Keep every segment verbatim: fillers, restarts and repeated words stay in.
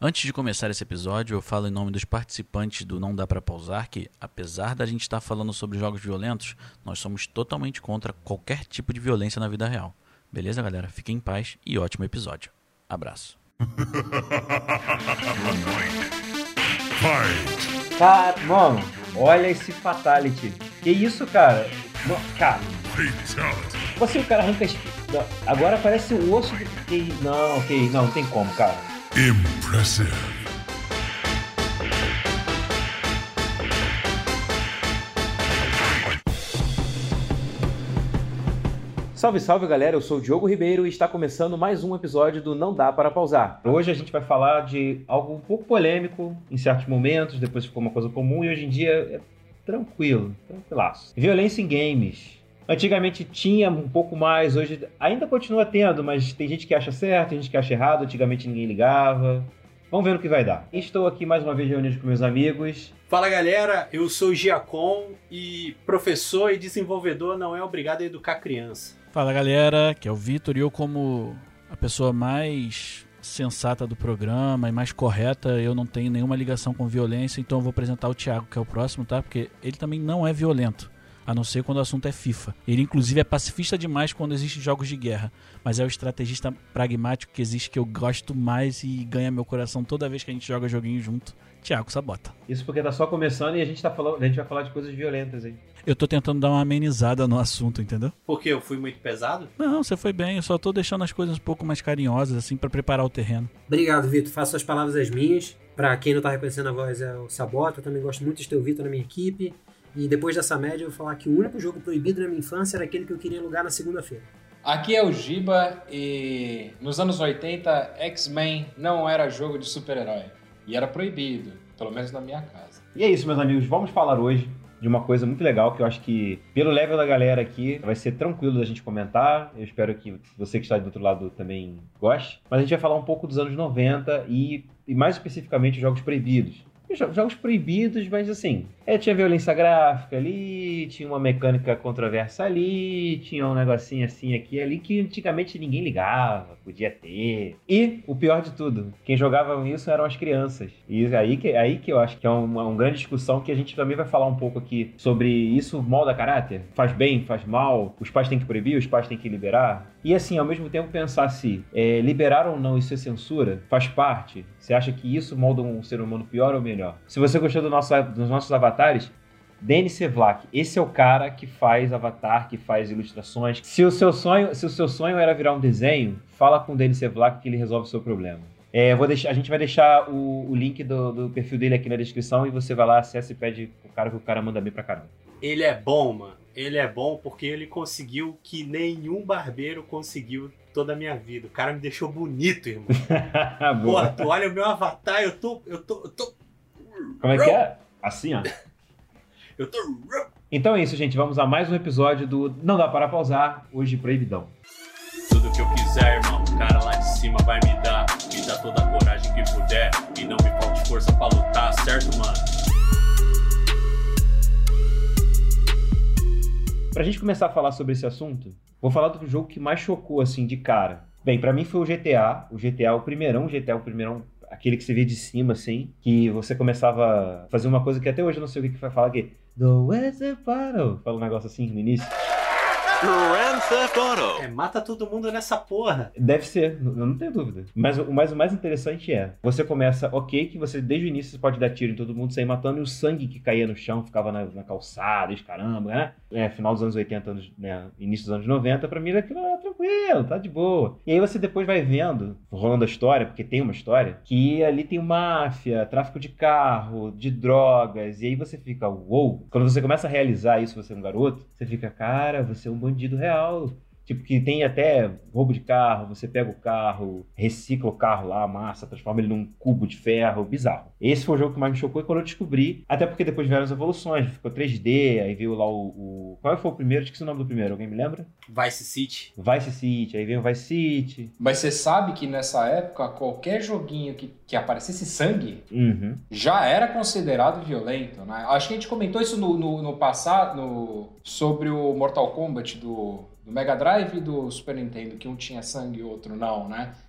Antes de começar esse episódio, eu falo em nome dos participantes do Não Dá Pra Pausar que, apesar da gente estar falando sobre jogos violentos, nós somos totalmente contra qualquer tipo de violência na vida real. Beleza, galera? Fiquem em paz e ótimo episódio. Abraço. Cara, mano, olha esse Fatality. Que isso, cara? Não, cara. Você, o cara arranca... Agora parece o osso do... Que... Não, ok. Não, não tem como, cara. Impressive. Salve, salve, galera. Eu sou o Diogo Ribeiro e está começando mais um episódio do Não Dá Para Pausar. Hoje a gente vai falar de algo um pouco polêmico em certos momentos, depois ficou uma coisa comum e hoje em dia é tranquilo, tranquilaço. Violência em games. Antigamente tinha um pouco mais, hoje ainda continua tendo, mas tem gente que acha certo, tem gente que acha errado, antigamente ninguém ligava. Vamos ver no que vai dar. Estou aqui mais uma vez reunido com meus amigos. Fala, galera, eu sou o Giacom e professor e desenvolvedor não é obrigado a educar criança. Fala, galera, que é o Vitor e eu, como a pessoa mais sensata do programa e mais correta, eu não tenho nenhuma ligação com violência, então eu vou apresentar o Thiago, que é o próximo, tá? Porque ele também não é violento, a não ser quando o assunto é FIFA. Ele, inclusive, é pacifista demais quando existem jogos de guerra, mas é o estrategista pragmático que existe, que eu gosto mais e ganha meu coração toda vez que a gente joga joguinho junto. Thiago Sabota. Isso porque tá só começando e a gente, tá falando, a gente vai falar de coisas violentas aí. Eu tô tentando dar uma amenizada no assunto, entendeu? Porque eu fui muito pesado? Não, você foi bem, eu só tô deixando as coisas um pouco mais carinhosas, assim, pra preparar o terreno. Obrigado, Vitor. Faço as palavras as minhas. Pra quem não tá reconhecendo a voz, é o Sabota. Eu também gosto muito de ter o Vitor na minha equipe. E depois dessa média, eu vou falar que o único jogo proibido na minha infância era aquele que eu queria alugar na segunda-feira. Aqui é o Giba e nos anos oitenta, X-Men não era jogo de super-herói. E era proibido, pelo menos na minha casa. E é isso, meus amigos. Vamos falar hoje de uma coisa muito legal que eu acho que, pelo level da galera aqui, vai ser tranquilo da gente comentar. Eu espero que você que está do outro lado também goste. Mas a gente vai falar um pouco dos anos noventa e, e mais especificamente, jogos proibidos. Jogos proibidos, mas assim, é, tinha violência gráfica ali, tinha uma mecânica controversa ali, tinha um negocinho assim aqui ali que antigamente ninguém ligava, podia ter. E o pior de tudo, quem jogava isso eram as crianças. E aí que, aí que eu acho que é uma, uma grande discussão que a gente também vai falar um pouco aqui sobre isso molda caráter, faz bem, faz mal, os pais têm que proibir, os pais têm que liberar. E assim, ao mesmo tempo pensar se é, liberar ou não isso é censura, faz parte. Você acha que isso molda um ser humano pior ou melhor? Se você gostou do nosso, dos nossos avatares, Denis Sevlak, esse é o cara que faz avatar, que faz ilustrações. Se o seu sonho, se o seu sonho era virar um desenho, fala com o Denis Sevlak que ele resolve o seu problema. É, vou deixar, a gente vai deixar o, o link do, do perfil dele aqui na descrição e você vai lá, acessa e pede o cara que o cara manda bem pra caramba. Ele é bom, mano. Ele é bom porque ele conseguiu que nenhum barbeiro conseguiu toda a minha vida. O cara me deixou bonito, irmão. Porra, tu olha o meu avatar, eu tô... Eu tô, eu tô... Como é que é? Assim, ó. Eu tô... Então é isso, gente. Vamos a mais um episódio do Não Dá Para Pausar, hoje proibidão. Tudo que eu quiser, irmão, o cara lá de cima vai me dar. Me dá toda a coragem que puder e não me falte força pra lutar, certo, mano? Pra gente começar a falar sobre esse assunto, vou falar do jogo que mais chocou, assim, de cara. Bem, pra mim foi o G T A. O G T A, o primeirão, o G T A, o primeirão, aquele que você vê de cima, assim, que você começava a fazer uma coisa que até hoje eu não sei o que que vai falar aqui. The Weather Battle. Fala um negócio assim no início. Grand Theft Auto. É, mata todo mundo nessa porra. Deve ser, eu não tenho dúvida. Mas, mas o mais interessante é, você começa, ok, que você desde o início você pode dar tiro em todo mundo, sair matando, e o sangue que caía no chão ficava na, na calçada, e caramba, né? É, final dos anos oitenta, anos, né? Início dos anos noventa, pra mim era aquilo, ah, tranquilo, tá de boa. E aí você depois vai vendo, rolando a história, porque tem uma história, que ali tem máfia, tráfico de carro, de drogas, e aí você fica, uou. Quando você começa a realizar isso, você é um garoto, você fica, cara, você é um bandido real. Tipo, que tem até roubo de carro, você pega o carro, recicla o carro lá, amassa, transforma ele num cubo de ferro, bizarro. Esse foi o jogo que mais me chocou e quando eu descobri, até porque depois vieram as evoluções, ficou três D, aí veio lá o... o... Qual foi o primeiro? Esqueci o nome do primeiro, alguém me lembra? Vice City. Vice City, aí veio o Vice City. Mas você sabe que nessa época, qualquer joguinho que, que aparecesse sangue, uhum. já era considerado violento, né? Acho que a gente comentou isso no, no, no passado, no, sobre o Mortal Kombat do... do Mega Drive e do Super Nintendo, que um tinha sangue e o outro não, né?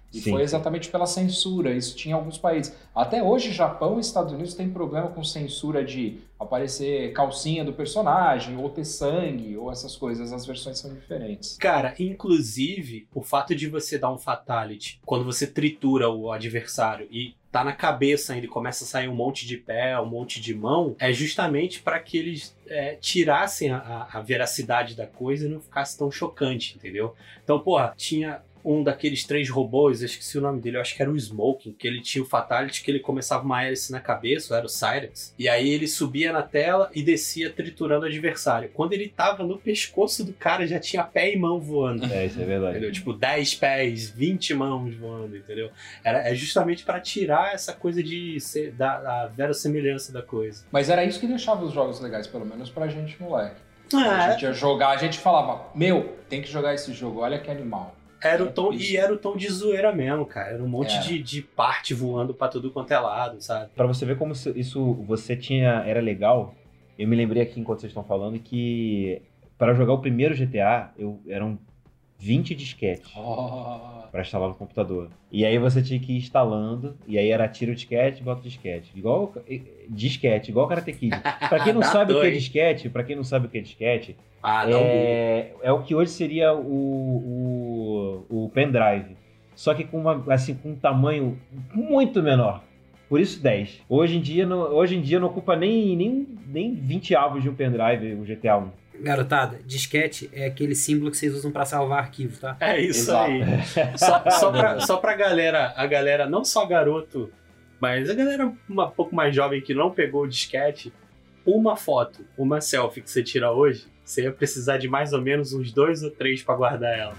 E Sim. foi exatamente pela censura, isso tinha em alguns países. Até hoje, Japão e Estados Unidos têm problema com censura de aparecer calcinha do personagem, ou ter sangue, ou essas coisas, as versões são diferentes. Cara, inclusive, o fato de você dar um fatality, quando você tritura o adversário e tá na cabeça ainda e começa a sair um monte de pé, um monte de mão, é justamente para que eles é, tirassem a, a veracidade da coisa e não ficasse tão chocante, entendeu? Então, porra, tinha um daqueles três robôs, eu esqueci o nome dele, eu acho que era o Smoking, que ele tinha o Fatality, que ele começava uma hélice na cabeça, era o Cyrax, e aí ele subia na tela e descia triturando o adversário. Quando ele tava no pescoço do cara, já tinha pé e mão voando. É, isso é verdade. Entendeu? Tipo, dez pés, vinte mãos voando, entendeu? Era, é justamente para tirar essa coisa de ser, da, da verossimilhança da coisa. Mas era isso que deixava os jogos legais, pelo menos pra gente, moleque. Ah, A gente ia jogar, a gente falava, meu, tem que jogar esse jogo, olha que animal. Era o tom, e era o tom de zoeira mesmo, cara. Era um monte É. de, de parte voando pra tudo quanto é lado, sabe? Pra você ver como isso- isso você tinha era legal, eu me lembrei aqui enquanto vocês estão falando que para jogar o primeiro G T A, eu eram vinte disquetes Oh. pra instalar no computador. E aí você tinha que ir instalando, e aí era tira o disquete, bota o disquete. Igual disquete, igual Karate Kid. Pra quem não Dá sabe o que é dó, hein? disquete, para quem não sabe o que é disquete, Ah, não. é, é o que hoje seria o, o, o pendrive. Só que com, uma, assim, com um tamanho muito menor. Por isso dez. Hoje em dia não, hoje em dia não ocupa nem, nem, nem vinte avos de um pendrive o G T A um. Garotada, disquete é aquele símbolo que vocês usam pra salvar arquivo, tá? É isso Exato. aí. Só, só, pra, só pra galera, a galera, não só garoto, mas a galera um pouco mais jovem que não pegou o disquete, uma foto, uma selfie que você tira hoje, você ia precisar de mais ou menos uns dois ou três pra guardar ela.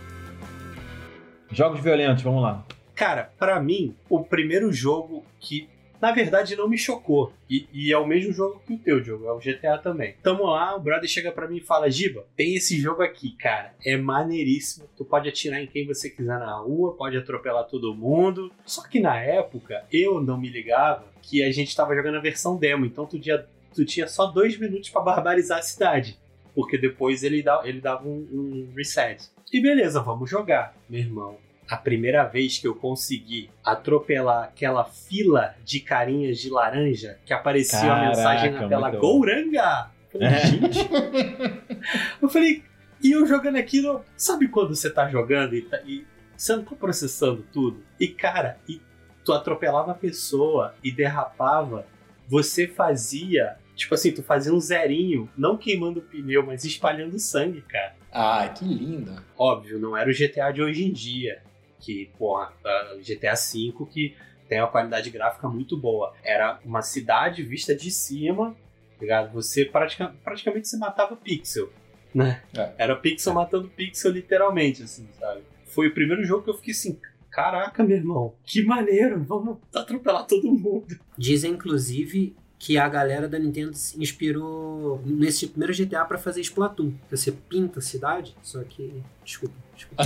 Jogos violentos, vamos lá. Cara, pra mim, o primeiro jogo que, na verdade, não me chocou, e, e é o mesmo jogo que o teu, Diogo, é o G T A também. Tamo lá, o brother chega pra mim e fala, Giba, tem esse jogo aqui, cara, é maneiríssimo, tu pode atirar em quem você quiser na rua, pode atropelar todo mundo. Só que na época, eu não me ligava que a gente tava jogando a versão demo, então tu tinha, tu tinha só dois minutos pra barbarizar a cidade, porque depois ele, dá, ele dava um, um reset. E beleza, vamos jogar, meu irmão. A primeira vez que eu consegui atropelar aquela fila de carinhas de laranja que aparecia Caraca, a mensagem na tela muito bom. Gouranga! Eu falei, gente. Eu falei, e eu jogando aquilo, sabe quando você tá jogando e, tá, e você não tá processando tudo? E cara, e tu atropelava a pessoa e derrapava, você fazia, tipo assim, tu fazia um zerinho, não queimando o pneu, mas espalhando sangue, cara. Ai, que linda. Óbvio, não era o G T A de hoje em dia, que, porra, o G T A cinco que tem uma qualidade gráfica muito boa. Era uma cidade vista de cima, ligado? Você pratica, praticamente você matava pixel, né? É. Era pixel matando pixel literalmente, assim, sabe? Foi o primeiro jogo que eu fiquei assim, caraca, meu irmão, que maneiro, vamos atropelar todo mundo. Dizem, inclusive, que a galera da Nintendo se inspirou nesse primeiro G T A pra fazer Splatoon. Você pinta a cidade, só que... Desculpa, desculpa.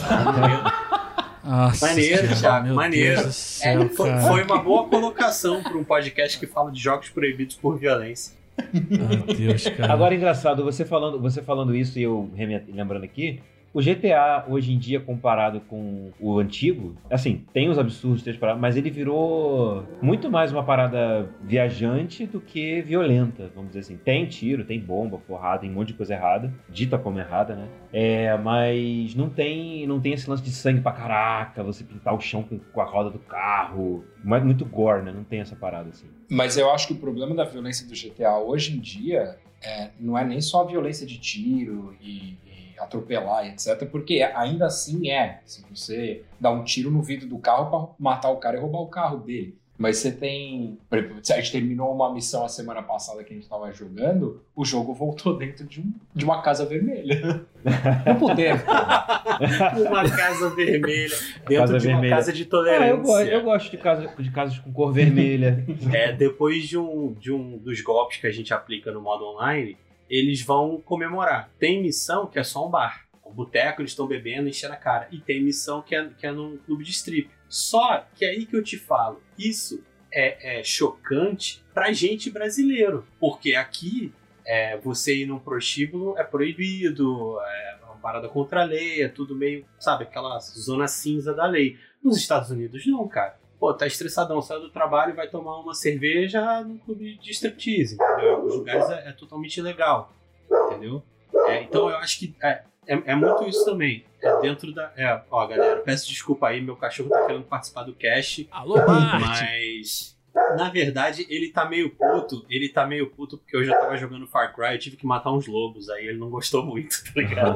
Nossa, Maneiro, cara, Thiago, meu maneiro. Deus do céu, É, foi, cara. foi uma boa colocação para um podcast que fala de jogos proibidos por violência. Meu Deus, cara. Agora, engraçado, você falando, você falando isso e eu reme- lembrando aqui, o G T A, hoje em dia, comparado com o antigo, assim, tem os absurdos, tem as paradas, mas ele virou muito mais uma parada viajante do que violenta, vamos dizer assim. Tem tiro, tem bomba, porrada, tem um monte de coisa errada, dita como errada, né? É, mas não tem, não tem esse lance de sangue pra caraca, você pintar o chão com, com a roda do carro, mas muito gore, né? Não tem essa parada, assim. Mas eu acho que o problema da violência do G T A hoje em dia é, não é nem só a violência de tiro e, e atropelar, etcétera. Porque ainda assim é. Se você dá um tiro no vidro do carro pra matar o cara e roubar o carro dele. Mas você tem... Por exemplo, a gente terminou uma missão a semana passada que a gente tava jogando, o jogo voltou dentro de, um, de uma casa vermelha. Não podemos. Uma casa vermelha dentro Casa de vermelha. uma casa de Ah, tolerância. eu, gosto, eu gosto de, casa, de casas com cor vermelha. É, depois de um, de um dos golpes que a gente aplica no modo online, eles vão comemorar. Tem missão que é só um bar. Um boteco, eles estão bebendo, enchendo a cara. E tem missão que é, que é num clube de strip. Só que é aí que eu te falo, isso é, é chocante pra gente brasileiro. Porque aqui, é, você ir num prostíbulo é proibido, é uma parada contra a lei, é tudo meio, sabe, aquela zona cinza da lei. Nos Estados Unidos, não, cara. Pô, tá estressadão, sai do trabalho e vai tomar uma cerveja no clube de striptease, entendeu? Em alguns lugares é, é totalmente legal, entendeu? É, então eu acho que é, é, é muito isso também. É dentro da... É, ó, galera, peço desculpa aí, meu cachorro tá querendo participar do cast. Alô, Marte! Mas... Na verdade, ele tá meio puto. Ele tá meio puto porque hoje eu tava jogando Far Cry, eu tive que matar uns lobos, aí ele não gostou muito, tá ligado?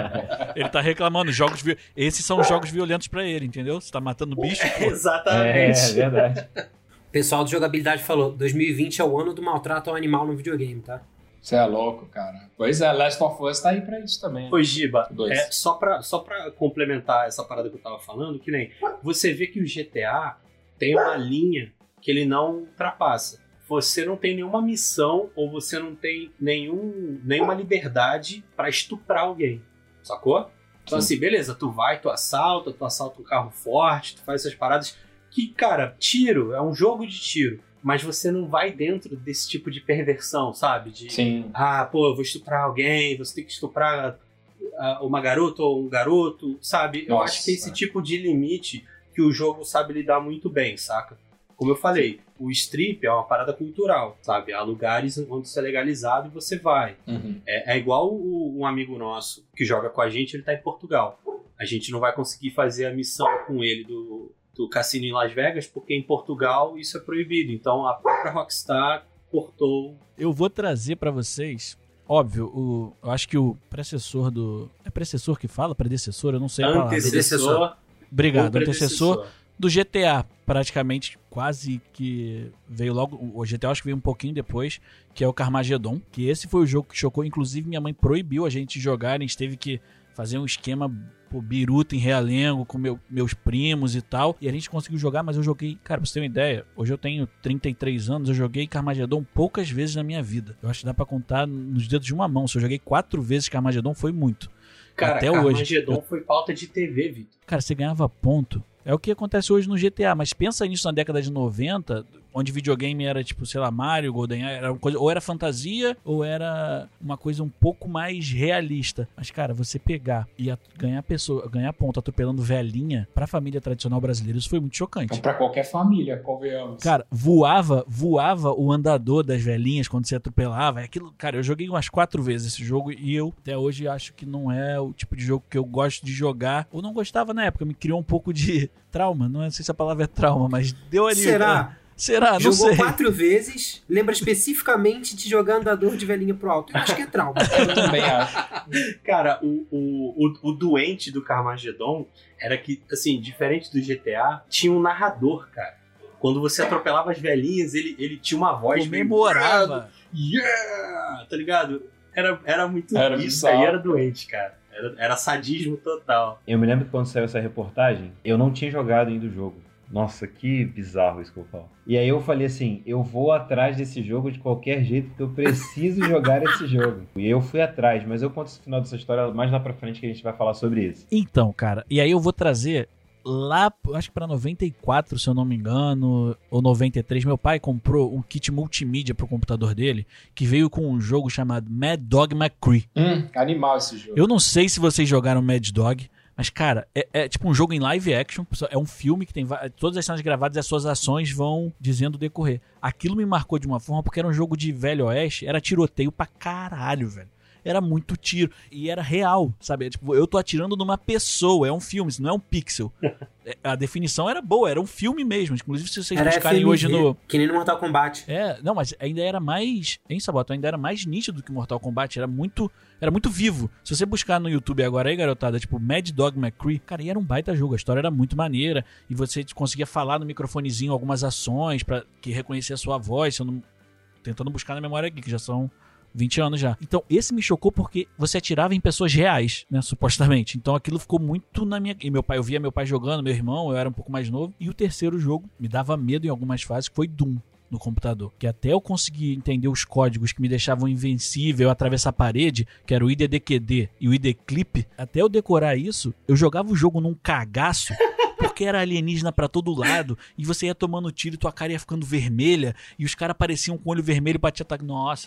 Ele tá reclamando, jogos vi... esses são jogos violentos pra ele, entendeu? Você tá matando bicho, pô. Exatamente. É, é verdade. O pessoal de jogabilidade falou, dois mil e vinte é o ano do maltrato ao animal no videogame, tá? Você é louco, cara. Pois é, Last of Us tá aí pra isso também. Ô, Giba, Dois. é, só, pra, só pra complementar essa parada que eu tava falando, que nem você vê que o G T A tem uma linha que ele não ultrapassa. Você não tem nenhuma missão ou você não tem nenhum, nenhuma liberdade pra estuprar alguém, sacou? Então Sim. assim, beleza, tu vai, tu assalta, tu assalta um carro forte, tu faz essas paradas que, cara, tiro, é um jogo de tiro, mas você não vai dentro desse tipo de perversão, sabe? De, Sim. ah, pô, eu vou estuprar alguém, você tem que estuprar uh, uma garota ou um garoto, sabe? Eu Nossa. acho que esse tipo de limite que o jogo sabe lidar muito bem, saca? Como eu falei, o strip é uma parada cultural, sabe? Há lugares onde isso é legalizado e você vai. Uhum. É, é igual o, um amigo nosso que joga com a gente, ele tá em Portugal. A gente não vai conseguir fazer a missão com ele do, do cassino em Las Vegas, porque em Portugal isso é proibido. Então a própria Rockstar cortou. Eu vou trazer pra vocês, óbvio, o, eu acho que o predecessor do... É predecessor que fala? Predecessor? Eu não sei a palavra. Antecessor. Obrigado, ou antecessor predecessor. do G T A, praticamente quase que veio logo, o G T A acho que veio um pouquinho depois, que é o Carmageddon, que esse foi o jogo que chocou, inclusive minha mãe proibiu a gente de jogar, a gente teve que fazer um esquema pô, biruta em Realengo com meu, meus primos e tal, e a gente conseguiu jogar, mas eu joguei, cara, pra você ter uma ideia, hoje eu tenho trinta e três anos, eu joguei Carmageddon poucas vezes na minha vida, eu acho que dá pra contar nos dedos de uma mão, se eu joguei quatro vezes Carmageddon foi muito. Cara, Até hoje. Carmageddon foi pauta de T V, Vitor. Cara, você ganhava ponto. É o que acontece hoje no G T A, mas pensa nisso na década de noventa, onde videogame era tipo, sei lá, Mario, GoldenEye, era uma coisa, ou era fantasia, ou era uma coisa um pouco mais realista. Mas, cara, você pegar e at- ganhar pessoa, ganhar ponto atropelando velhinha pra família tradicional brasileira, isso foi muito chocante. Então, pra qualquer família, convenhamos. Cara, voava, voava o andador das velhinhas quando você atropelava. É aquilo, cara, eu joguei umas quatro vezes esse jogo e eu até hoje acho que não é o tipo de jogo que eu gosto de jogar. Ou não gostava na época, me criou um pouco de trauma. Não sei se a palavra é trauma, mas deu ali. Será? Será? Não Jogou sei. quatro vezes, lembra especificamente de jogar andador de velhinha pro alto. Eu acho que é trauma. Eu também acho. Cara, o, o, o, o doente do Carmageddon era que, assim, diferente do G T A, tinha um narrador, cara. Quando você atropelava as velhinhas, ele, ele tinha uma voz Comemorava. meio... Yeah! Tá ligado? Era, era muito... Era isso bizarro. aí era doente, cara. Era, era sadismo total. Eu me lembro que quando saiu essa reportagem, eu não tinha jogado ainda o jogo. Nossa, que bizarro isso que eu falo. E aí eu falei assim, eu vou atrás desse jogo de qualquer jeito, porque eu preciso jogar esse jogo. E eu fui atrás, mas eu conto esse final dessa história mais lá pra frente que a gente vai falar sobre isso. Então, cara, e aí eu vou trazer lá, acho que pra noventa e quatro, se eu não me engano, ou noventa e três, meu pai comprou um kit multimídia pro computador dele, que veio com um jogo chamado Mad Dog McCree. Hum, animal esse jogo. Eu não sei se vocês jogaram Mad Dog, mas, cara, é, é tipo um jogo em live action, é um filme que tem va- todas as cenas gravadas e as suas ações vão dizendo o decorrer. Aquilo me marcou de uma forma porque era um jogo de velho oeste, era tiroteio pra caralho, velho. Era muito tiro. E era real, sabe? É, tipo, eu tô atirando numa pessoa, é um filme, isso não é um pixel. É, a definição era boa, era um filme mesmo. Inclusive, se vocês Era buscarem F M V, hoje no... que nem no Mortal Kombat. É, não, mas ainda era mais... Hein, Sabato? Ainda era mais nítido do que Mortal Kombat. Era muito, era muito vivo. Se você buscar no YouTube agora aí, garotada, tipo Mad Dog McCree, cara, e era um baita jogo. A história era muito maneira. E você conseguia falar no microfonezinho algumas ações pra que reconhecer a sua voz. Se eu não... Tentando buscar na memória aqui, que já são vinte anos já. Então, esse me chocou porque você atirava em pessoas reais, né, supostamente. Então, aquilo ficou muito na minha... E meu pai, eu via meu pai jogando, meu irmão, eu era um pouco mais novo. E o terceiro jogo me dava medo em algumas fases, que foi Doom no computador. Que até eu conseguir entender os códigos que me deixavam invencível, atravessar a parede, que era o I D D Q D e o I D Clip, até eu decorar isso, eu jogava o jogo num cagaço, porque era alienígena pra todo lado, e você ia tomando tiro e tua cara ia ficando vermelha, e os caras apareciam com o olho vermelho pra te atacar. Nossa, cara.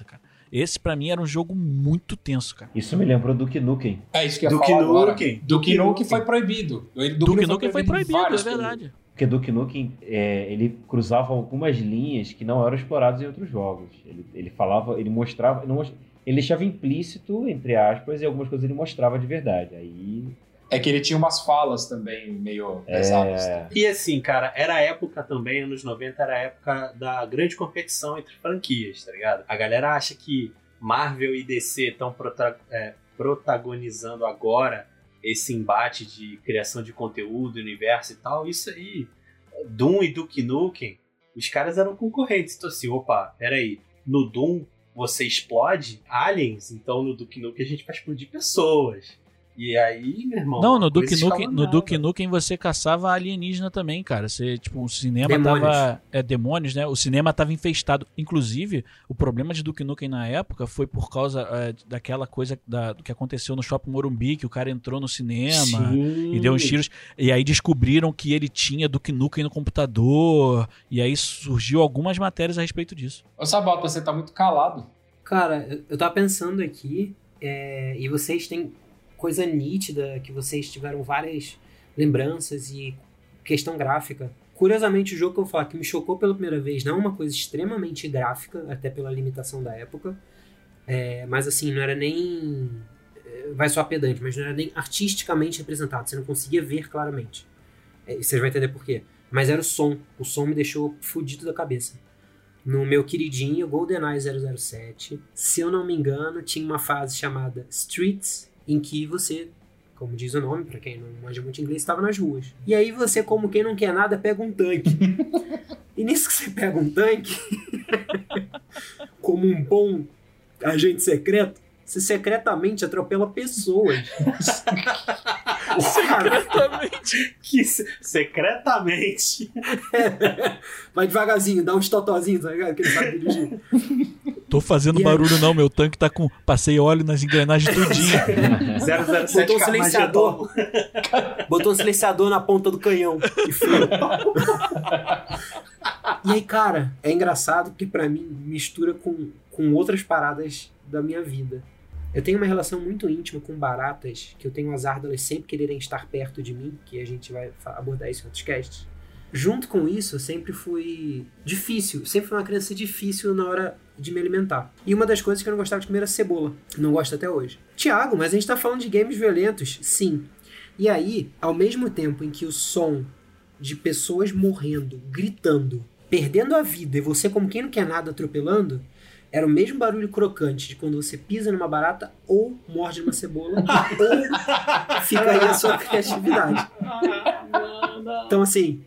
Esse pra mim era um jogo muito tenso, cara. Isso me lembrou do Duke Nukem. É isso que eu ia Duke falar agora. Nukem. Duke Nukem foi proibido. Duke Duke Nukem foi proibido, é vários verdade. Porque Duke Nukem, é, ele cruzava algumas linhas que não eram exploradas em outros jogos. Ele, ele falava, ele mostrava, não, ele deixava implícito, entre aspas, e algumas coisas ele mostrava de verdade. Aí... É que ele tinha umas falas também meio pesadas. É... E assim, cara, era a época também, anos noventa, era a época da grande competição entre franquias, tá ligado? A galera acha que Marvel e D C estão prota- é, protagonizando agora esse embate de criação de conteúdo, universo e tal. Isso aí, Doom e Duke Nukem, os caras eram concorrentes. Então assim, opa, peraí, no Doom você explode aliens, então no Duke Nukem a gente vai explodir pessoas. E aí, meu irmão... Não, no Duke, coisa Nukem, no escalonada. Duke Nukem você caçava alienígena também, cara. Você, tipo, o cinema Demônios. tava... É, demônios, né? O cinema tava infestado. Inclusive, o problema de Duke Nukem na época foi por causa é, daquela coisa da, do que aconteceu no Shopping Morumbi, que o cara entrou no cinema Sim. e deu uns tiros. E aí descobriram que ele tinha Duke Nukem no computador. E aí surgiu algumas matérias a respeito disso. Ô Sabota, você tá muito calado. Cara, eu, eu tava pensando aqui, é, e vocês têm coisa nítida, que vocês tiveram várias lembranças e questão gráfica. Curiosamente, o jogo que eu vou falar que me chocou pela primeira vez não é uma coisa extremamente gráfica, até pela limitação da época, é, mas assim, não era nem... vai soar pedante, mas não era nem artisticamente representado, você não conseguia ver claramente. É, e vocês vão entender por quê. Mas era o som, o som me deixou fudido da cabeça. No meu queridinho GoldenEye zero zero sete, se eu não me engano, tinha uma fase chamada Streets, em que você, como diz o nome, pra quem não manja muito inglês, estava nas ruas. E aí você, como quem não quer nada, pega um tanque. E nisso que você pega um tanque, como um bom agente secreto, você secretamente atropela pessoas. Secretamente. Que se- secretamente. Vai devagarzinho, dá uns totozinhos, tá ligado? Que ele sabe dirigir. Tô fazendo E aí? barulho não, meu tanque tá com... Passei óleo nas engrenagens tudinho. zero zero sete Botou um silenciador. Botou um silenciador na ponta do canhão. E foi. E aí, cara, é engraçado porque pra mim mistura com, com outras paradas da minha vida. Eu tenho uma relação muito íntima com baratas, que eu tenho o azar delas sempre quererem estar perto de mim, que a gente vai fa- abordar isso em outros casts. Junto com isso, eu sempre fui difícil, sempre fui uma criança difícil na hora de me alimentar. E uma das coisas que eu não gostava de comer era cebola. Não gosto até hoje. Tiago, mas a gente tá falando de games violentos? Sim. E aí, ao mesmo tempo em que o som de pessoas morrendo, gritando, perdendo a vida, e você como quem não quer nada atropelando, era o mesmo barulho crocante de quando você pisa numa barata ou morde numa cebola, ou fica aí a sua criatividade. Então assim...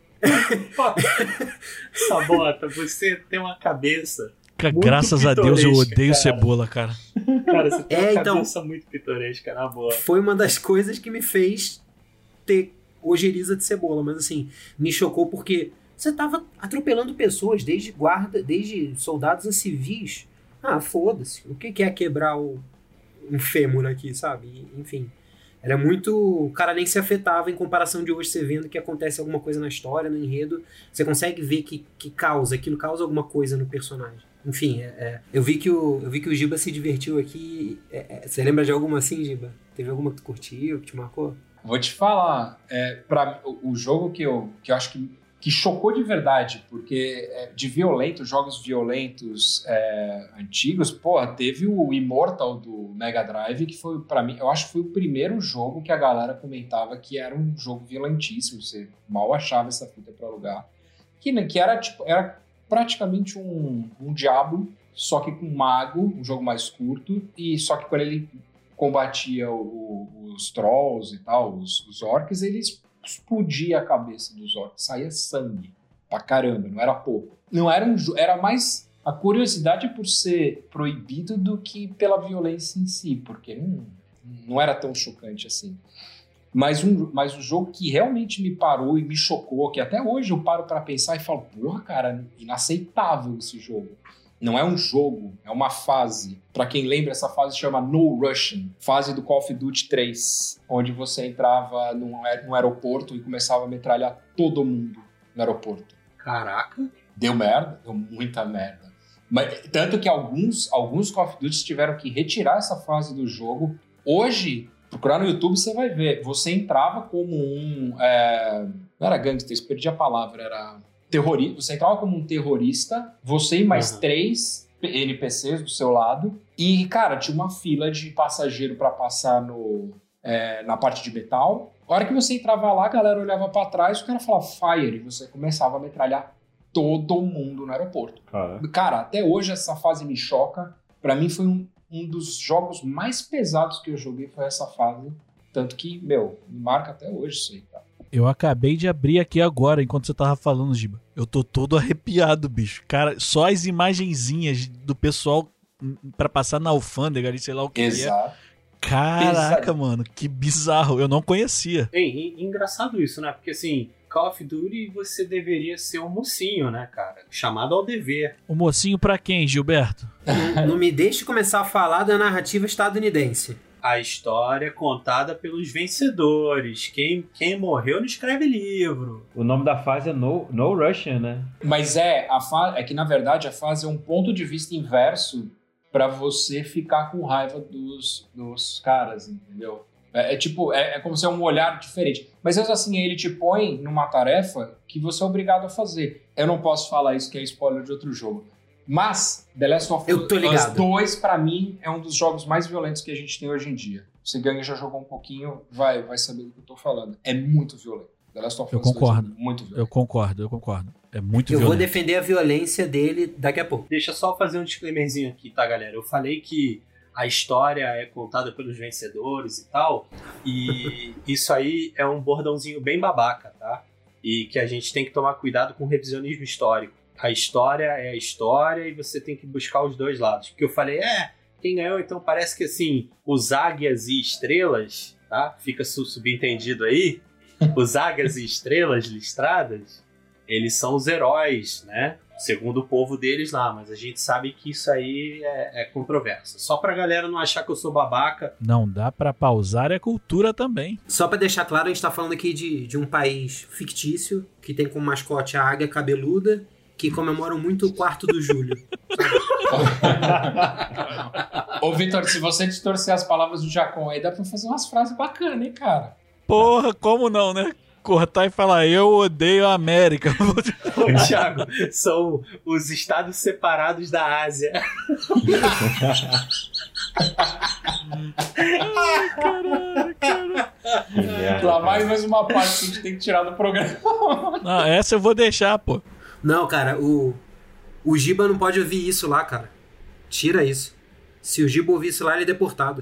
Sabota, você tem uma cabeça. Cara, Muito graças a Deus eu pitoresca, odeio cara. cebola, cara. Cara, você tem É, uma então- cabeça muito pitoresca, na boa. Foi uma das coisas que me fez ter ojeriza de cebola, mas assim, me chocou porque você tava atropelando pessoas, desde guarda, desde soldados a civis. Ah, foda-se, o que que é quebrar o, um fêmur aqui, sabe? Enfim, era muito... O cara nem se afetava em comparação de hoje, você vendo que acontece alguma coisa na história, no enredo, você consegue ver que, que causa, aquilo causa alguma coisa no personagem. Enfim, é, é, eu, vi que o, eu vi que o Giba se divertiu aqui. É, é, você lembra de alguma assim, Giba? Teve alguma que tu curtiu, que te marcou? Vou te falar, é, pra, o, o jogo que eu, que eu acho que, que chocou de verdade, porque é, de violento, jogos violentos é, antigos, porra, teve o Immortal do Mega Drive, que foi, pra mim, eu acho que foi o primeiro jogo que a galera comentava que era um jogo violentíssimo, você mal achava essa fita pra alugar, que, né, que era, tipo, era praticamente um, um Diablo, só que com mago, um jogo mais curto, e só que quando ele combatia o, o, os trolls e tal, os, os orcs, ele explodia a cabeça dos orcs, saía sangue pra caramba, não era pouco. Não era um jo- era mais a curiosidade por ser proibido do que pela violência em si, porque não, não era tão chocante assim. Mas um, mas um jogo que realmente me parou e me chocou, que até hoje eu paro pra pensar e falo, porra, cara, inaceitável esse jogo. Não é um jogo, é uma fase. Pra quem lembra, essa fase chama No Russian, fase do Call of Duty três, onde você entrava num, aer- num aeroporto e começava a metralhar todo mundo no aeroporto. Caraca. Deu merda? Deu muita merda. Mas, tanto que alguns, alguns Call of Duty tiveram que retirar essa fase do jogo. Hoje, procurar no YouTube, você vai ver. Você entrava como um... É, não era gangster, perdi a palavra, era terrorista. Você entrava como um terrorista, você e mais uhum. três N P Cs do seu lado. E, cara, tinha uma fila de passageiro para passar no, é, na parte de metal. A hora que você entrava lá, a galera olhava para trás, o cara falava fire, e você começava a metralhar todo mundo no aeroporto. Ah, é? Cara, até hoje essa fase me choca. Pra mim foi um, um dos jogos mais pesados que eu joguei, foi essa fase. Tanto que, meu, me marca até hoje isso aí, cara. Eu acabei de abrir aqui agora, enquanto você tava falando, Giba. Eu tô todo arrepiado, bicho. Cara, só as imagenzinhas do pessoal pra passar na alfândega ali, sei lá o que Exato. é. Caraca, Exato. Mano, que bizarro. Eu não conhecia. É, é engraçado isso, né? Porque, assim, Call of Duty você deveria ser um mocinho, né, cara? Chamado ao dever. O mocinho pra quem, Gilberto? Não, não me deixe começar a falar da narrativa estadunidense. A história contada pelos vencedores. Quem, quem morreu não escreve livro. O nome da fase é No, no Russian, né? Mas é, a fa- é que, na verdade, a fase é um ponto de vista inverso pra você ficar com raiva dos, dos caras, entendeu? É, é tipo, é, é como se é um olhar diferente. Mas assim, ele te põe numa tarefa que você é obrigado a fazer. Eu não posso falar isso que é spoiler de outro jogo. Mas The Last of Us dois, pra mim, é um dos jogos mais violentos que a gente tem hoje em dia. Se Gang já jogou um pouquinho, vai, vai saber do que eu tô falando. É muito violento. The Last of Us eu concordo. dois é muito violento. Eu concordo, eu concordo. É muito eu violento. Eu vou defender a violência dele daqui a pouco. Deixa eu só fazer um disclaimerzinho aqui, tá, galera? Eu falei que a história é contada pelos vencedores e tal, e isso aí é um bordãozinho bem babaca, tá? E que a gente tem que tomar cuidado com o revisionismo histórico. A história é a história e você tem que buscar os dois lados. Porque eu falei, é, quem ganhou, então parece que assim, os águias e estrelas, tá? Fica subentendido aí, os águias e estrelas listradas, eles são os heróis, né? Segundo o povo deles lá, mas a gente sabe que isso aí é, é controverso. Só pra galera não achar que eu sou babaca. Não dá pra pausar a cultura também. Só pra deixar claro, a gente tá falando aqui de, de um país fictício, que tem como mascote a águia cabeluda, que comemoram muito o quarto do Júlio. Ô, Vitor, se você distorcer as palavras do Jacon aí, dá pra fazer umas frases bacanas, hein, cara? Porra, como não, né? Cortar e falar, eu odeio a América. Ô, Thiago, são os estados separados da Ásia. Ai, caralho, cara. Lá mais mais uma parte que a gente tem que tirar do programa. Não, essa eu vou deixar, pô. Não, cara, o, o Giba não pode ouvir isso lá, cara. Tira isso. Se o Giba ouvir isso lá, ele é deportado.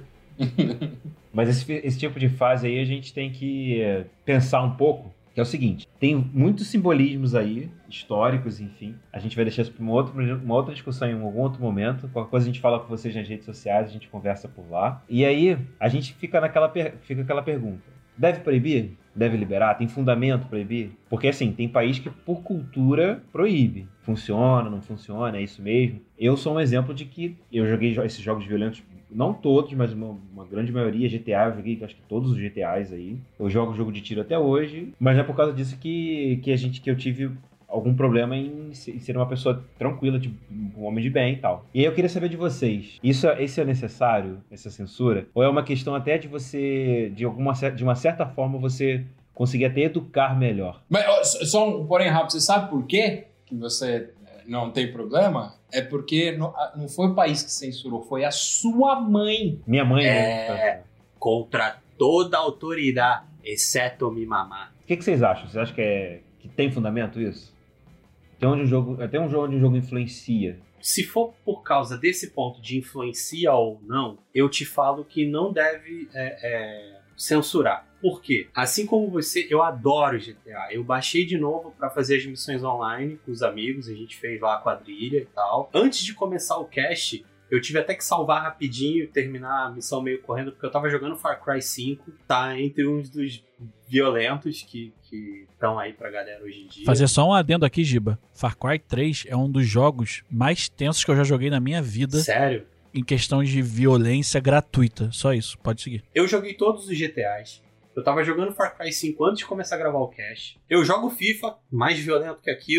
Mas esse, esse tipo de fase aí a gente tem que é, pensar um pouco, que é o seguinte, tem muitos simbolismos aí, históricos, enfim. A gente vai deixar isso para uma outra, uma outra discussão em algum outro momento. Qualquer coisa a gente fala com vocês nas redes sociais, a gente conversa por lá. E aí a gente fica naquela fica aquela pergunta. Deve proibir? Deve liberar? Tem fundamento proibir? Porque assim, tem país que por cultura proíbe. Funciona, não funciona, é isso mesmo. Eu sou um exemplo de que eu joguei esses jogos violentos, não todos, mas uma, uma grande maioria. G T A, eu joguei acho que todos os G T As aí. Eu jogo jogo de tiro até hoje, mas é por causa disso que, que, a gente, que eu tive algum problema em ser uma pessoa tranquila, tipo, um homem de bem e tal. E aí eu queria saber de vocês, isso, isso é necessário, essa censura? Ou é uma questão até de você, de, alguma, de uma certa forma, você conseguir até educar melhor? Mas só um porém rápido, você sabe por quê que você não tem problema? É porque não, não foi o país que censurou, foi a sua mãe. Minha mãe, é, né? Contra toda a autoridade, exceto me mamar. O que, que vocês acham? Vocês acham que, é, que tem fundamento isso? Até onde, o jogo, até um jogo onde o jogo influencia? Se for por causa desse ponto de influencia ou não, eu te falo que não deve é, é, censurar. Por quê? Assim como você, eu adoro G T A. Eu baixei de novo pra fazer as missões online com os amigos. A gente fez lá a quadrilha e tal. Antes de começar o cast, eu tive até que salvar rapidinho e terminar a missão meio correndo, porque eu tava jogando Far Cry cinco. Tá entre uns dos violentos que estão aí pra galera hoje em dia. Fazer só um adendo aqui, Giba. Far Cry três é um dos jogos mais tensos que eu já joguei na minha vida. Sério? Em questão de violência gratuita. Só isso, pode seguir. Eu joguei todos os G T As. Eu tava jogando Far Cry cinco antes de começar a gravar o cast. Eu jogo FIFA, mais violento que aquilo.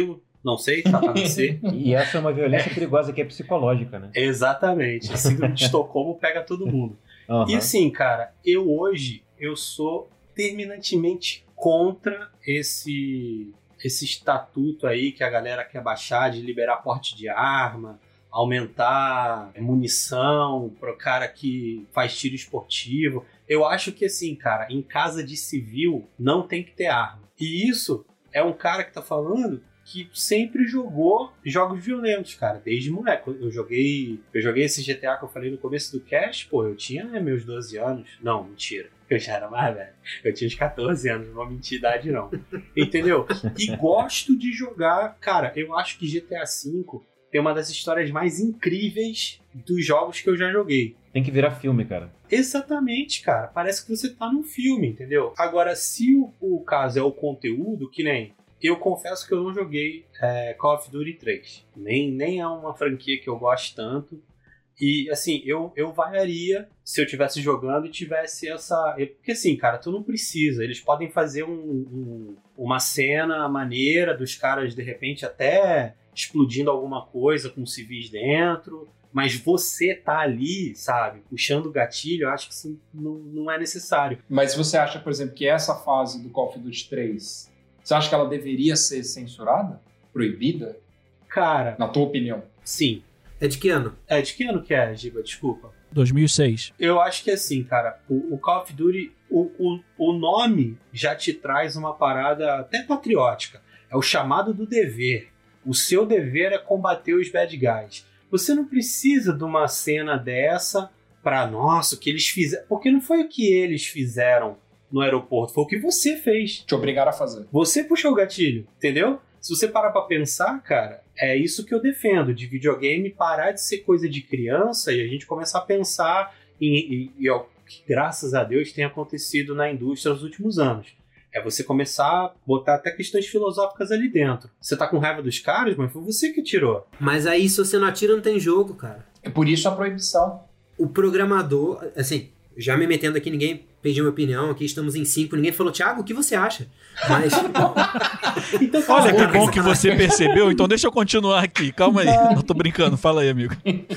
Não sei, tá pra nascer. E essa é uma violência é. perigosa que é psicológica, né? Exatamente. A síndrome de Estocolmo pega todo mundo. Uhum. E assim, cara, eu hoje, eu sou terminantemente contra esse, esse estatuto aí que a galera quer baixar de liberar porte de arma, aumentar munição pro cara que faz tiro esportivo. Eu acho que assim, cara, em casa de civil não tem que ter arma. E isso é um cara que tá falando que sempre jogou jogos violentos, cara, desde moleque. Eu joguei, eu joguei esse G T A que eu falei no começo do cast, pô, eu tinha né, meus doze anos. Não, mentira. Eu já era mais velho. Eu tinha uns catorze anos, não vou mentir idade não. Entendeu? E gosto de jogar, cara, eu acho que G T A cinco tem uma das histórias mais incríveis dos jogos que eu já joguei. Tem que virar filme, cara. Exatamente, cara. Parece que você tá num filme, entendeu? Agora, se o, o caso é o conteúdo, que nem... Eu confesso que eu não joguei é, Call of Duty três. Nem, nem é uma franquia que eu gosto tanto. E, assim, eu, eu vaiaria se eu estivesse jogando e tivesse essa... Porque, assim, cara, tu não precisa. Eles podem fazer um, um, uma cena maneira dos caras, de repente, até... explodindo alguma coisa com civis dentro, mas você tá ali, sabe, puxando o gatilho, eu acho que isso não, não é necessário. Mas você acha, por exemplo, que essa fase do Call of Duty três, você acha que ela deveria ser censurada? Proibida? Cara... Na tua opinião? Sim. É de que ano? É de que ano que é, Giba? Desculpa. dois mil e seis. Eu acho que assim, cara, o, o Call of Duty, o, o, o nome já te traz uma parada até patriótica. É o chamado do dever. O seu dever é combater os bad guys. Você não precisa de uma cena dessa pra, nossa, o que eles fizeram. Porque não foi o que eles fizeram no aeroporto, foi o que você fez. Te obrigaram a fazer. Você puxou o gatilho, entendeu? Se você parar pra pensar, cara, é isso que eu defendo, de videogame parar de ser coisa de criança e a gente começar a pensar em, em, em ó, que graças a Deus tem acontecido na indústria nos últimos anos. É você começar a botar até questões filosóficas ali dentro. Você tá com raiva dos caras, mas foi você que tirou. Mas aí, se você não atira, não tem jogo, cara. É por isso a proibição. O programador, assim, já me metendo aqui, ninguém pediu minha opinião, aqui estamos em cinco, ninguém falou, Thiago, o que você acha? Mas... então, olha que bom que você percebeu, então deixa eu continuar aqui, calma aí. Não tô brincando, fala aí, amigo.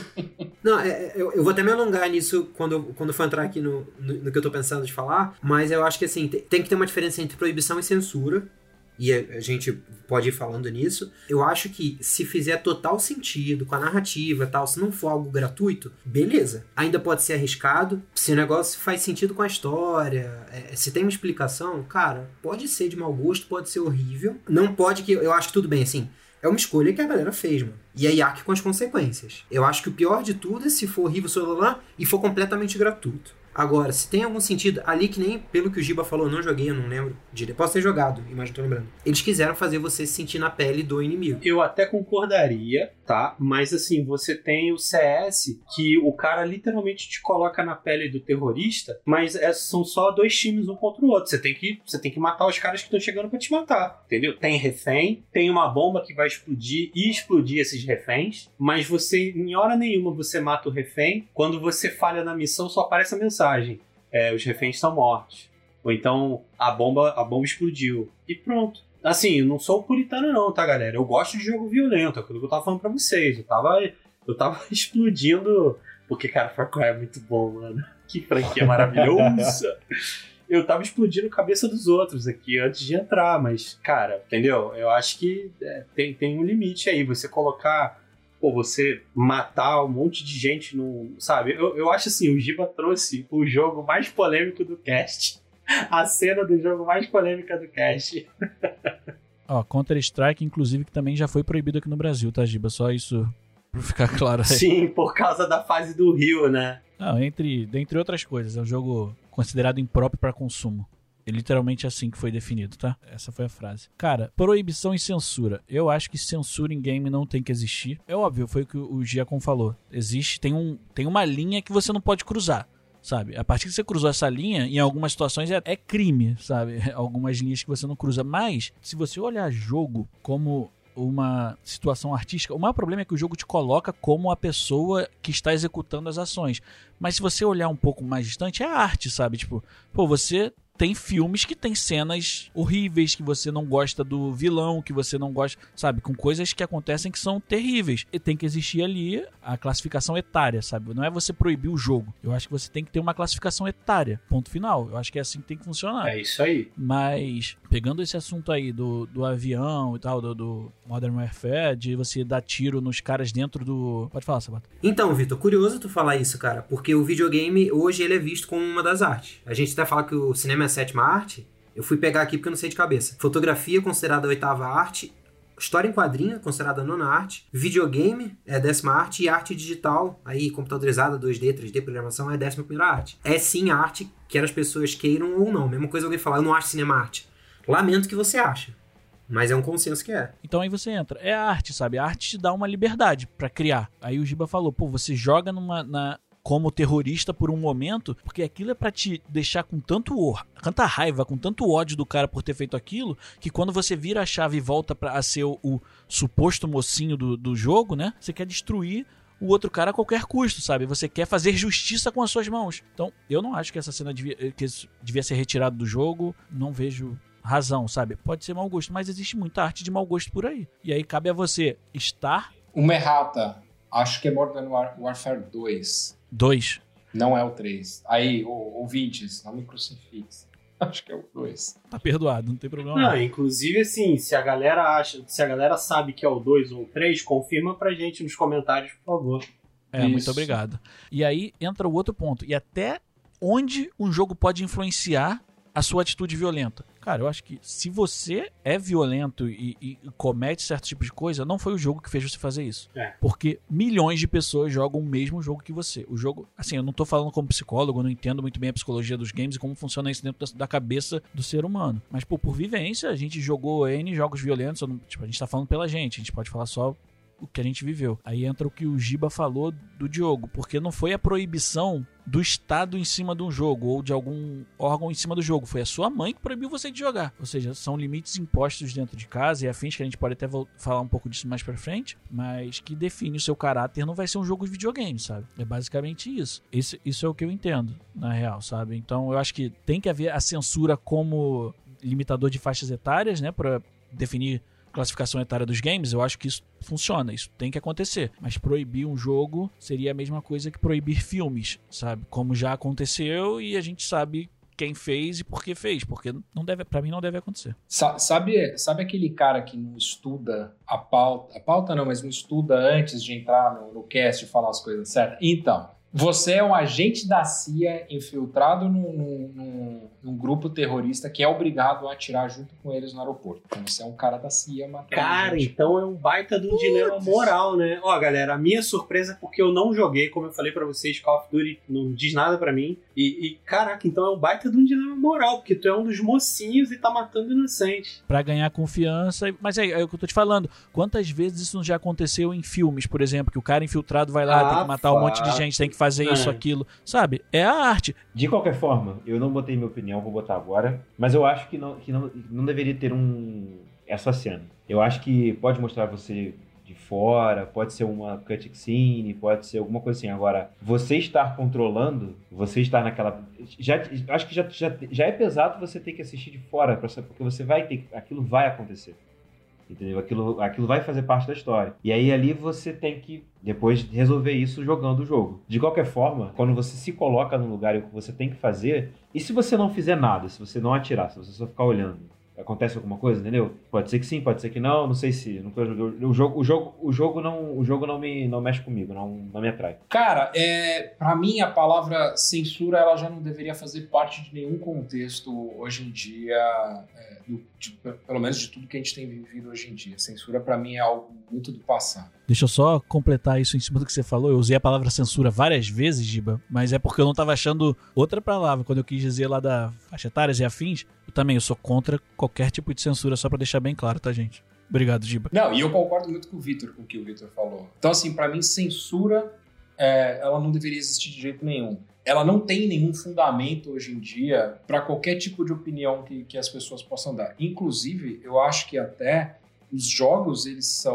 Não, é, eu, eu vou até me alongar nisso quando, eu, quando for entrar aqui no, no, no que eu tô pensando de falar, mas eu acho que assim, tem, tem que ter uma diferença entre proibição e censura, e a, a gente pode ir falando nisso. Eu acho que se fizer total sentido com a narrativa e tal, se não for algo gratuito, beleza. Ainda pode ser arriscado, se o negócio faz sentido com a história, é, se tem uma explicação, cara, pode ser de mau gosto, pode ser horrível. Não pode que... Eu acho que tudo bem, assim... É uma escolha que a galera fez, mano. E aí arque com as consequências. Eu acho que o pior de tudo é se for horrível, lá, e for completamente gratuito. Agora, se tem algum sentido, ali que nem pelo que o Giba falou, eu não joguei, eu não lembro. Posso ter jogado, mas não tô lembrando. Eles quiseram fazer você se sentir na pele do inimigo. Eu até concordaria, tá? Mas assim, você tem o C S, que o cara literalmente te coloca na pele do terrorista, mas é, são só dois times um contra o outro. Você tem que, você tem que matar os caras que estão chegando pra te matar, entendeu? Tem refém, tem uma bomba que vai explodir e explodir esses reféns, mas você, em hora nenhuma, você mata o refém. Quando você falha na missão, só aparece a mensagem. É, os reféns estão mortos. Ou então a bomba, a bomba explodiu. E pronto. Assim, eu não sou puritano não, tá, galera? Eu gosto de jogo violento. É aquilo que eu tava falando pra vocês. Eu tava, eu tava explodindo... Porque, cara, Far Cry é muito bom, mano. Que franquia maravilhosa. Eu tava explodindo a cabeça dos outros aqui antes de entrar. Mas, cara, entendeu? Eu acho que é, tem, tem um limite aí. Você colocar... Pô, você matar um monte de gente no... Sabe? Eu, eu acho assim, o Giba trouxe o jogo mais polêmico do cast. A cena do jogo mais polêmica do cast. Ó, Counter-Strike, inclusive, que também já foi proibido aqui no Brasil, tá, Giba? Só isso pra ficar claro aí. Sim, por causa da fase do Rio, né? Não, entre, dentre outras coisas. É um jogo considerado impróprio para consumo. É literalmente assim que foi definido, tá? Essa foi a frase. Cara, proibição e censura. Eu acho que censura em game não tem que existir. É óbvio, foi o que o Giacom falou. Existe, tem, um, tem uma linha que você não pode cruzar, sabe? A partir que você cruzou essa linha, em algumas situações é, é crime, sabe? Algumas linhas que você não cruza. Mas, se você olhar jogo como uma situação artística, o maior problema é que o jogo te coloca como a pessoa que está executando as ações. Mas se você olhar um pouco mais distante, é arte, sabe? Tipo, pô, você... tem filmes que tem cenas horríveis, que você não gosta do vilão, que você não gosta, sabe? Com coisas que acontecem que são terríveis. E tem que existir ali a classificação etária, sabe? Não é você proibir o jogo. Eu acho que você tem que ter uma classificação etária. Ponto final. Eu acho que é assim que tem que funcionar. É isso aí. Mas, pegando esse assunto aí do, do avião e tal, do, do Modern Warfare, de você dar tiro nos caras dentro do... Pode falar, Sabato. Então, Vitor, curioso tu falar isso, cara, porque o videogame hoje ele é visto como uma das artes. A gente até fala que o cinema é a sétima arte, eu fui pegar aqui porque eu não sei de cabeça. Fotografia considerada a oitava arte, história em quadrinho considerada a nona arte, videogame é a décima arte e arte digital, aí computadorizada, dois D, três D, programação, é a décima primeira arte. É sim a arte, quer as pessoas queiram ou não. Mesma coisa alguém falar, eu não acho cinema arte. Lamento que você acha. Mas é um consenso que é. Então aí você entra. É a arte, sabe? A arte te dá uma liberdade pra criar. Aí o Giba falou, pô, você joga numa, na, como terrorista por um momento, porque aquilo é pra te deixar com tanto or, tanta raiva, com tanto ódio do cara por ter feito aquilo, que quando você vira a chave e volta pra a ser o, o suposto mocinho do, do jogo, né? Você quer destruir o outro cara a qualquer custo, sabe? Você quer fazer justiça com as suas mãos. Então, eu não acho que essa cena devia, que isso devia ser retirado do jogo. Não vejo razão, sabe? Pode ser mau gosto, mas existe muita arte de mau gosto por aí. E aí cabe a você estar... Uma errata. Acho que é Modern War- Warfare dois. Dois. Não é o três. Aí, ô, ouvintes, não me crucifix. Acho que é o dois. Tá perdoado, não tem problema. Não, inclusive assim, se a galera acha, se a galera sabe que é o dois ou o três, confirma pra gente nos comentários, por favor. É, Isso. muito obrigado. E aí entra o outro ponto. E até onde um jogo pode influenciar a sua atitude violenta. Cara, eu acho que se você é violento e, e comete certo tipo de coisa, não foi o jogo que fez você fazer isso. É. Porque milhões de pessoas jogam o mesmo jogo que você. O jogo, assim, eu não tô falando como psicólogo, eu não entendo muito bem a psicologia dos games e como funciona isso dentro da, da cabeça do ser humano. Mas, pô, por vivência, a gente jogou N jogos violentos, não, tipo, a gente tá falando pela gente, a gente pode falar só o que a gente viveu. Aí entra o que o Giba falou do Diogo, porque não foi a proibição do Estado em cima de um jogo ou de algum órgão em cima do jogo, foi a sua mãe que proibiu você de jogar. Ou seja, são limites impostos dentro de casa e afins, que a gente pode até falar um pouco disso mais pra frente, mas que define o seu caráter, não vai ser um jogo de videogame, sabe? É basicamente isso. Isso, isso é o que eu entendo, na real, sabe? Então eu acho que tem que haver a censura como limitador de faixas etárias, né, pra definir classificação etária dos games. Eu acho que isso funciona, isso tem que acontecer. Mas proibir um jogo seria a mesma coisa que proibir filmes, sabe? Como já aconteceu e a gente sabe quem fez e por que fez, porque não deve, pra mim não deve acontecer. Sa- Sabe, sabe aquele cara que não estuda a pauta, a pauta não, mas não estuda antes de entrar no, no cast e falar as coisas certas? Então, você é um agente da C I A infiltrado num, num, num, num grupo terrorista que é obrigado a atirar junto com eles no aeroporto. Então você é um cara da C I A matando Cara, gente. então é um baita de um dilema moral, né? Ó, galera, a minha surpresa é porque eu não joguei, como eu falei pra vocês, Call of Duty não diz nada pra mim. E, e, caraca, então é um baita de um dilema moral, porque tu é um dos mocinhos e tá matando inocentes. Pra ganhar confiança. Mas é, é o que eu tô te falando. Quantas vezes isso já aconteceu em filmes, por exemplo, que o cara infiltrado vai lá, Ah, tem que matar um monte de fato. gente, tem que fazer isso, É. aquilo. Sabe? É a arte. De qualquer forma, eu não botei minha opinião, vou botar agora. Mas eu acho que não, que não, não deveria ter um essa cena. Eu acho que pode mostrar você de fora, pode ser uma cutscene, pode ser alguma coisa assim. Agora, você estar controlando, você estar naquela... Já, acho que já, já, já é pesado você ter que assistir de fora, pra saber, porque você vai ter... Aquilo vai acontecer. Entendeu? Aquilo, aquilo vai fazer parte da história. E aí ali você tem que depois resolver isso jogando o jogo. De qualquer forma, quando você se coloca num lugar e o que você tem que fazer, e se você não fizer nada, se você não atirar, se você só ficar olhando, acontece alguma coisa, entendeu? Pode ser que sim, pode ser que não, não sei se... Nunca joguei, o jogo, o jogo, o jogo, não, o jogo não, me, não mexe comigo, não, não me atrai. Cara, é, pra mim a palavra censura ela já não deveria fazer parte de nenhum contexto hoje em dia, é, do, de, pelo menos de tudo que a gente tem vivido hoje em dia. Censura pra mim é algo muito do passado. Deixa eu só completar isso em cima do que você falou. Eu usei a palavra censura várias vezes, Giba, mas é porque eu não tava achando outra palavra. Quando eu quis dizer lá da faixa etárias e afins, eu também eu sou contra qualquer tipo de censura, só pra deixar bem claro, tá, gente? Obrigado, Giba. Não, e eu concordo muito com o Vitor, com o que o Vitor falou. Então, assim, pra mim, censura, é, ela não deveria existir de jeito nenhum. Ela não tem nenhum fundamento hoje em dia pra qualquer tipo de opinião que, que as pessoas possam dar. Inclusive, eu acho que até os jogos, eles são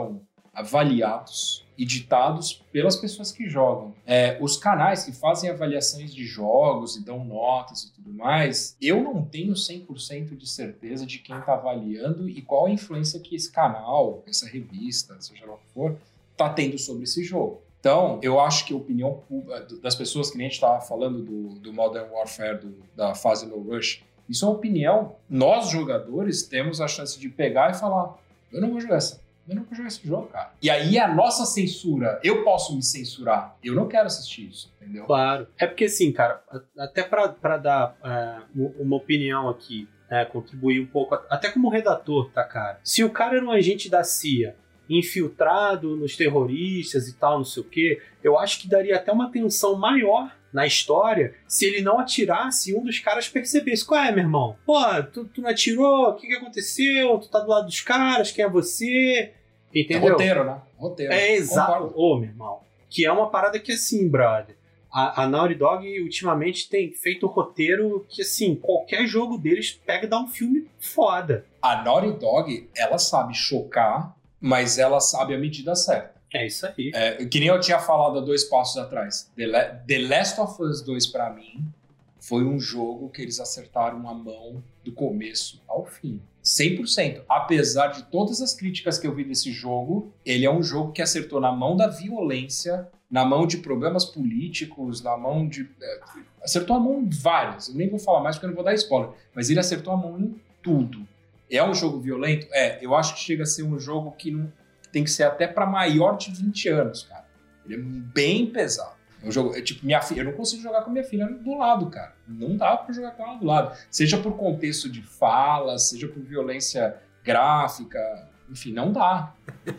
avaliados e ditados pelas pessoas que jogam. É, os canais que fazem avaliações de jogos e dão notas e tudo mais, eu não tenho cem por cento de certeza de quem está avaliando e qual a influência que esse canal, essa revista, seja lá o que for, está tendo sobre esse jogo. Então, eu acho que a opinião das pessoas, que nem a gente estava falando do, do Modern Warfare, do, da fase No Rush, isso é uma opinião. Nós, jogadores, temos a chance de pegar e falar, eu não vou jogar essa, eu não vou jogar esse jogo, cara. E aí a nossa censura, eu posso me censurar, eu não quero assistir isso, entendeu? Claro. É porque assim, cara, até pra, pra dar uh, uma opinião aqui, né, contribuir um pouco, até como redator, tá, cara? Se o cara era um agente da C I A, infiltrado nos terroristas e tal, não sei o quê, eu acho que daria até uma tensão maior na história se ele não atirasse e um dos caras percebesse. Qual é, meu irmão? Pô, tu, tu não atirou? O que, que aconteceu? Tu tá do lado dos caras? Quem é você? Entendeu? É roteiro, né? Roteiro. É exato. Ô, meu irmão. Que é uma parada que, assim, brother, a, a Naughty Dog ultimamente tem feito roteiro que, assim, qualquer jogo deles pega e dá um filme foda. A Naughty Dog, ela sabe chocar, mas ela sabe a medida certa. É isso aí. É, que nem eu tinha falado há dois passos atrás. The, Le- The Last of Us dois, pra mim, foi um jogo que eles acertaram a mão do começo ao fim. cem por cento. Apesar de todas as críticas que eu vi desse jogo, ele é um jogo que acertou na mão da violência, na mão de problemas políticos, na mão de... É, acertou a mão em vários. Eu nem vou falar mais porque eu não vou dar spoiler. Mas ele acertou a mão em tudo. É um jogo violento? É. Eu acho que chega a ser um jogo que não... tem que ser até para maior de vinte anos, cara. Ele é bem pesado. É um jogo, é tipo, minha filha, eu não consigo jogar com minha filha do lado, cara. Não dá para jogar com ela do lado. Seja por contexto de fala, seja por violência gráfica, enfim, não dá.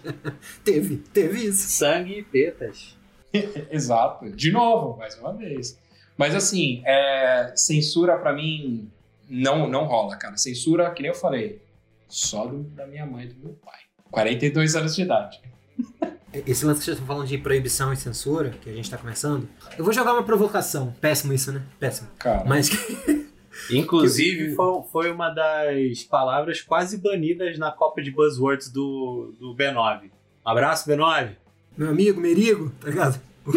teve, teve isso. Sangue e tetas. Exato. De novo, mais uma vez. Mas assim, é, censura para mim não, não rola, cara. Censura, que nem eu falei, só do, da minha mãe e do meu pai. quarenta e dois anos de idade. Esse lance que vocês estão falando de proibição e censura, que a gente tá começando, eu vou jogar uma provocação. Péssimo isso, né? Péssimo. Cara. Mas... Inclusive, foi, foi uma das palavras quase banidas na Copa de Buzzwords do, do B nove. Um abraço, B nove. Meu amigo, Merigo, tá ligado?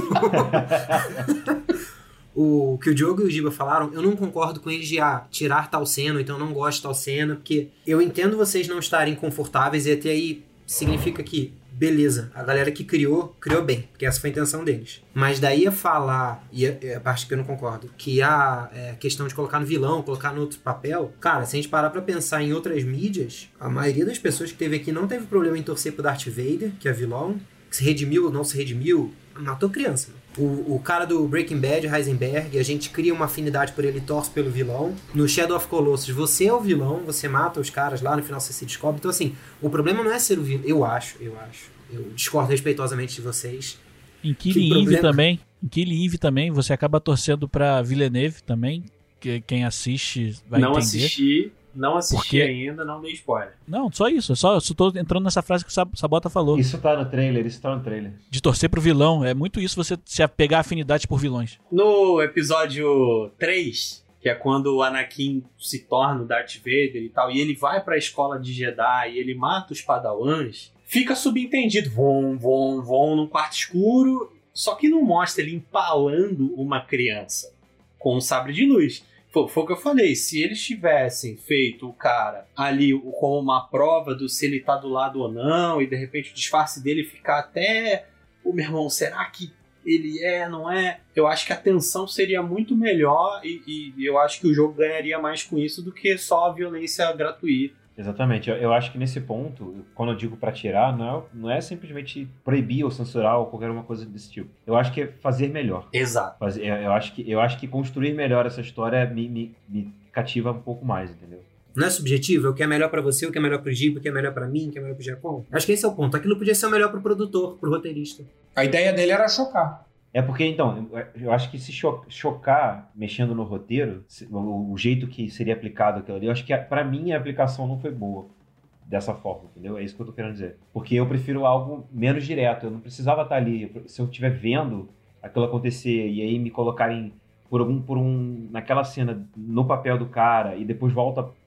O que o Diogo e o Giba falaram, eu não concordo com eles de ah, tirar tal cena, ou então não gosto de tal cena, porque eu entendo vocês não estarem confortáveis e até aí significa que, beleza, a galera que criou, criou bem, porque essa foi a intenção deles. Mas daí a falar, e a, a parte que eu não concordo, que a é, questão de colocar no vilão, colocar no outro papel, cara, se a gente parar pra pensar em outras mídias, a maioria das pessoas que teve aqui não teve problema em torcer pro Darth Vader, que é vilão, se redimiu ou não se redimiu, matou criança. O, o cara do Breaking Bad, Heisenberg, a gente cria uma afinidade por ele e torce pelo vilão. No Shadow of Colossus, você é o vilão, você mata os caras lá, no final você se descobre. Então, assim, o problema não é ser o vilão. Eu acho, eu acho. Eu discordo respeitosamente de vocês. Em Killing Que Eve problema? também, em Killing Eve também, você acaba torcendo pra Villeneuve também, que quem assiste vai não entender. assisti, não assisti Porque- ainda, não dei spoiler. Não, só isso, eu só, eu só tô entrando nessa frase que o Sab- Sabota falou, Isso tá no trailer, isso tá no trailer. de torcer pro vilão, é muito isso, você se pegar afinidade por vilões. No episódio três, que é quando o Anakin se torna o Darth Vader e tal, e ele vai pra escola de Jedi e ele mata os padawans, fica subentendido, vom, vom, vom, num quarto escuro, só que não mostra ele empalando uma criança com um sabre de luz. Foi, foi o que eu falei, se eles tivessem feito o cara ali como uma prova do se ele tá do lado ou não, e de repente o disfarce dele ficar até, o meu irmão, será que ele é, não é? Eu acho que a tensão seria muito melhor e, e eu acho que o jogo ganharia mais com isso do que só a violência gratuita. Exatamente, eu, eu acho que nesse ponto, quando eu digo pra tirar, não é, não é simplesmente proibir ou censurar ou qualquer uma coisa desse tipo. Eu acho que é fazer melhor. Exato. Fazer, eu, eu acho que, eu acho que construir melhor essa história me, me, me cativa um pouco mais, entendeu? Não é subjetivo? É o que é melhor pra você, o que é melhor pro Giba, o que é melhor pra mim, o que é melhor pro Giacom? Acho que esse é o ponto. Aquilo podia ser o melhor pro produtor, pro roteirista. A ideia dele era chocar. É porque, então, eu acho que se cho- chocar mexendo no roteiro, se- o, o jeito que seria aplicado aquilo ali, eu acho que a- pra mim a aplicação não foi boa dessa forma, entendeu? É isso que eu tô querendo dizer. Porque eu prefiro algo menos direto, eu não precisava estar ali. Eu- Se eu estiver vendo aquilo acontecer e aí me colocarem por algum, por um, naquela cena no papel do cara e depois volta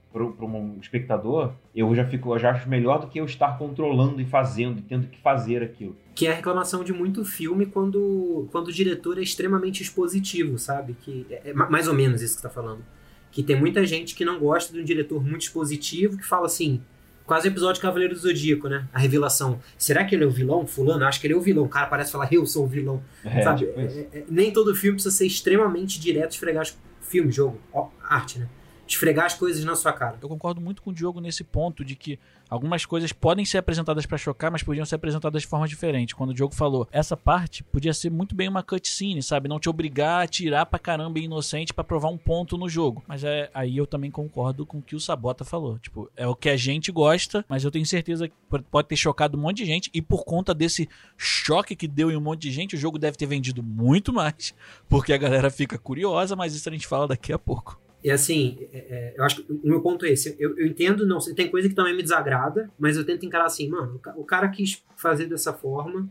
para um espectador, eu já fico, eu já acho melhor do que eu estar controlando e fazendo, e tendo que fazer aquilo. Que é a reclamação de muito filme quando, quando o diretor é extremamente expositivo, sabe? Que é, é mais ou menos isso que você tá falando. Que tem muita gente que não gosta de um diretor muito expositivo, que fala assim, quase o episódio Cavaleiro do Zodíaco, né? A revelação. Será que ele é o vilão? Fulano? Acho que ele é o vilão. O cara parece falar, eu sou o vilão. É, sabe? Tipo é, é, nem todo filme precisa ser extremamente direto, esfregar as... filme, jogo, ó, arte, né? Esfregar as coisas na sua cara. Eu concordo muito com o Diogo nesse ponto de que algumas coisas podem ser apresentadas pra chocar, mas podiam ser apresentadas de forma diferente. Quando o Diogo falou, essa parte podia ser muito bem uma cutscene, sabe? Não te obrigar a tirar pra caramba inocente pra provar um ponto no jogo. Mas é, aí eu também concordo com o que o Sabota falou. Tipo, é o que a gente gosta, mas eu tenho certeza que pode ter chocado um monte de gente, e por conta desse choque que deu em um monte de gente, o jogo deve ter vendido muito mais, porque a galera fica curiosa, mas isso a gente fala daqui a pouco. E assim, é, é, eu acho que o meu ponto é esse. Eu, eu entendo, não sei, tem coisa que também me desagrada, mas eu tento encarar assim, mano, o, o cara quis fazer dessa forma,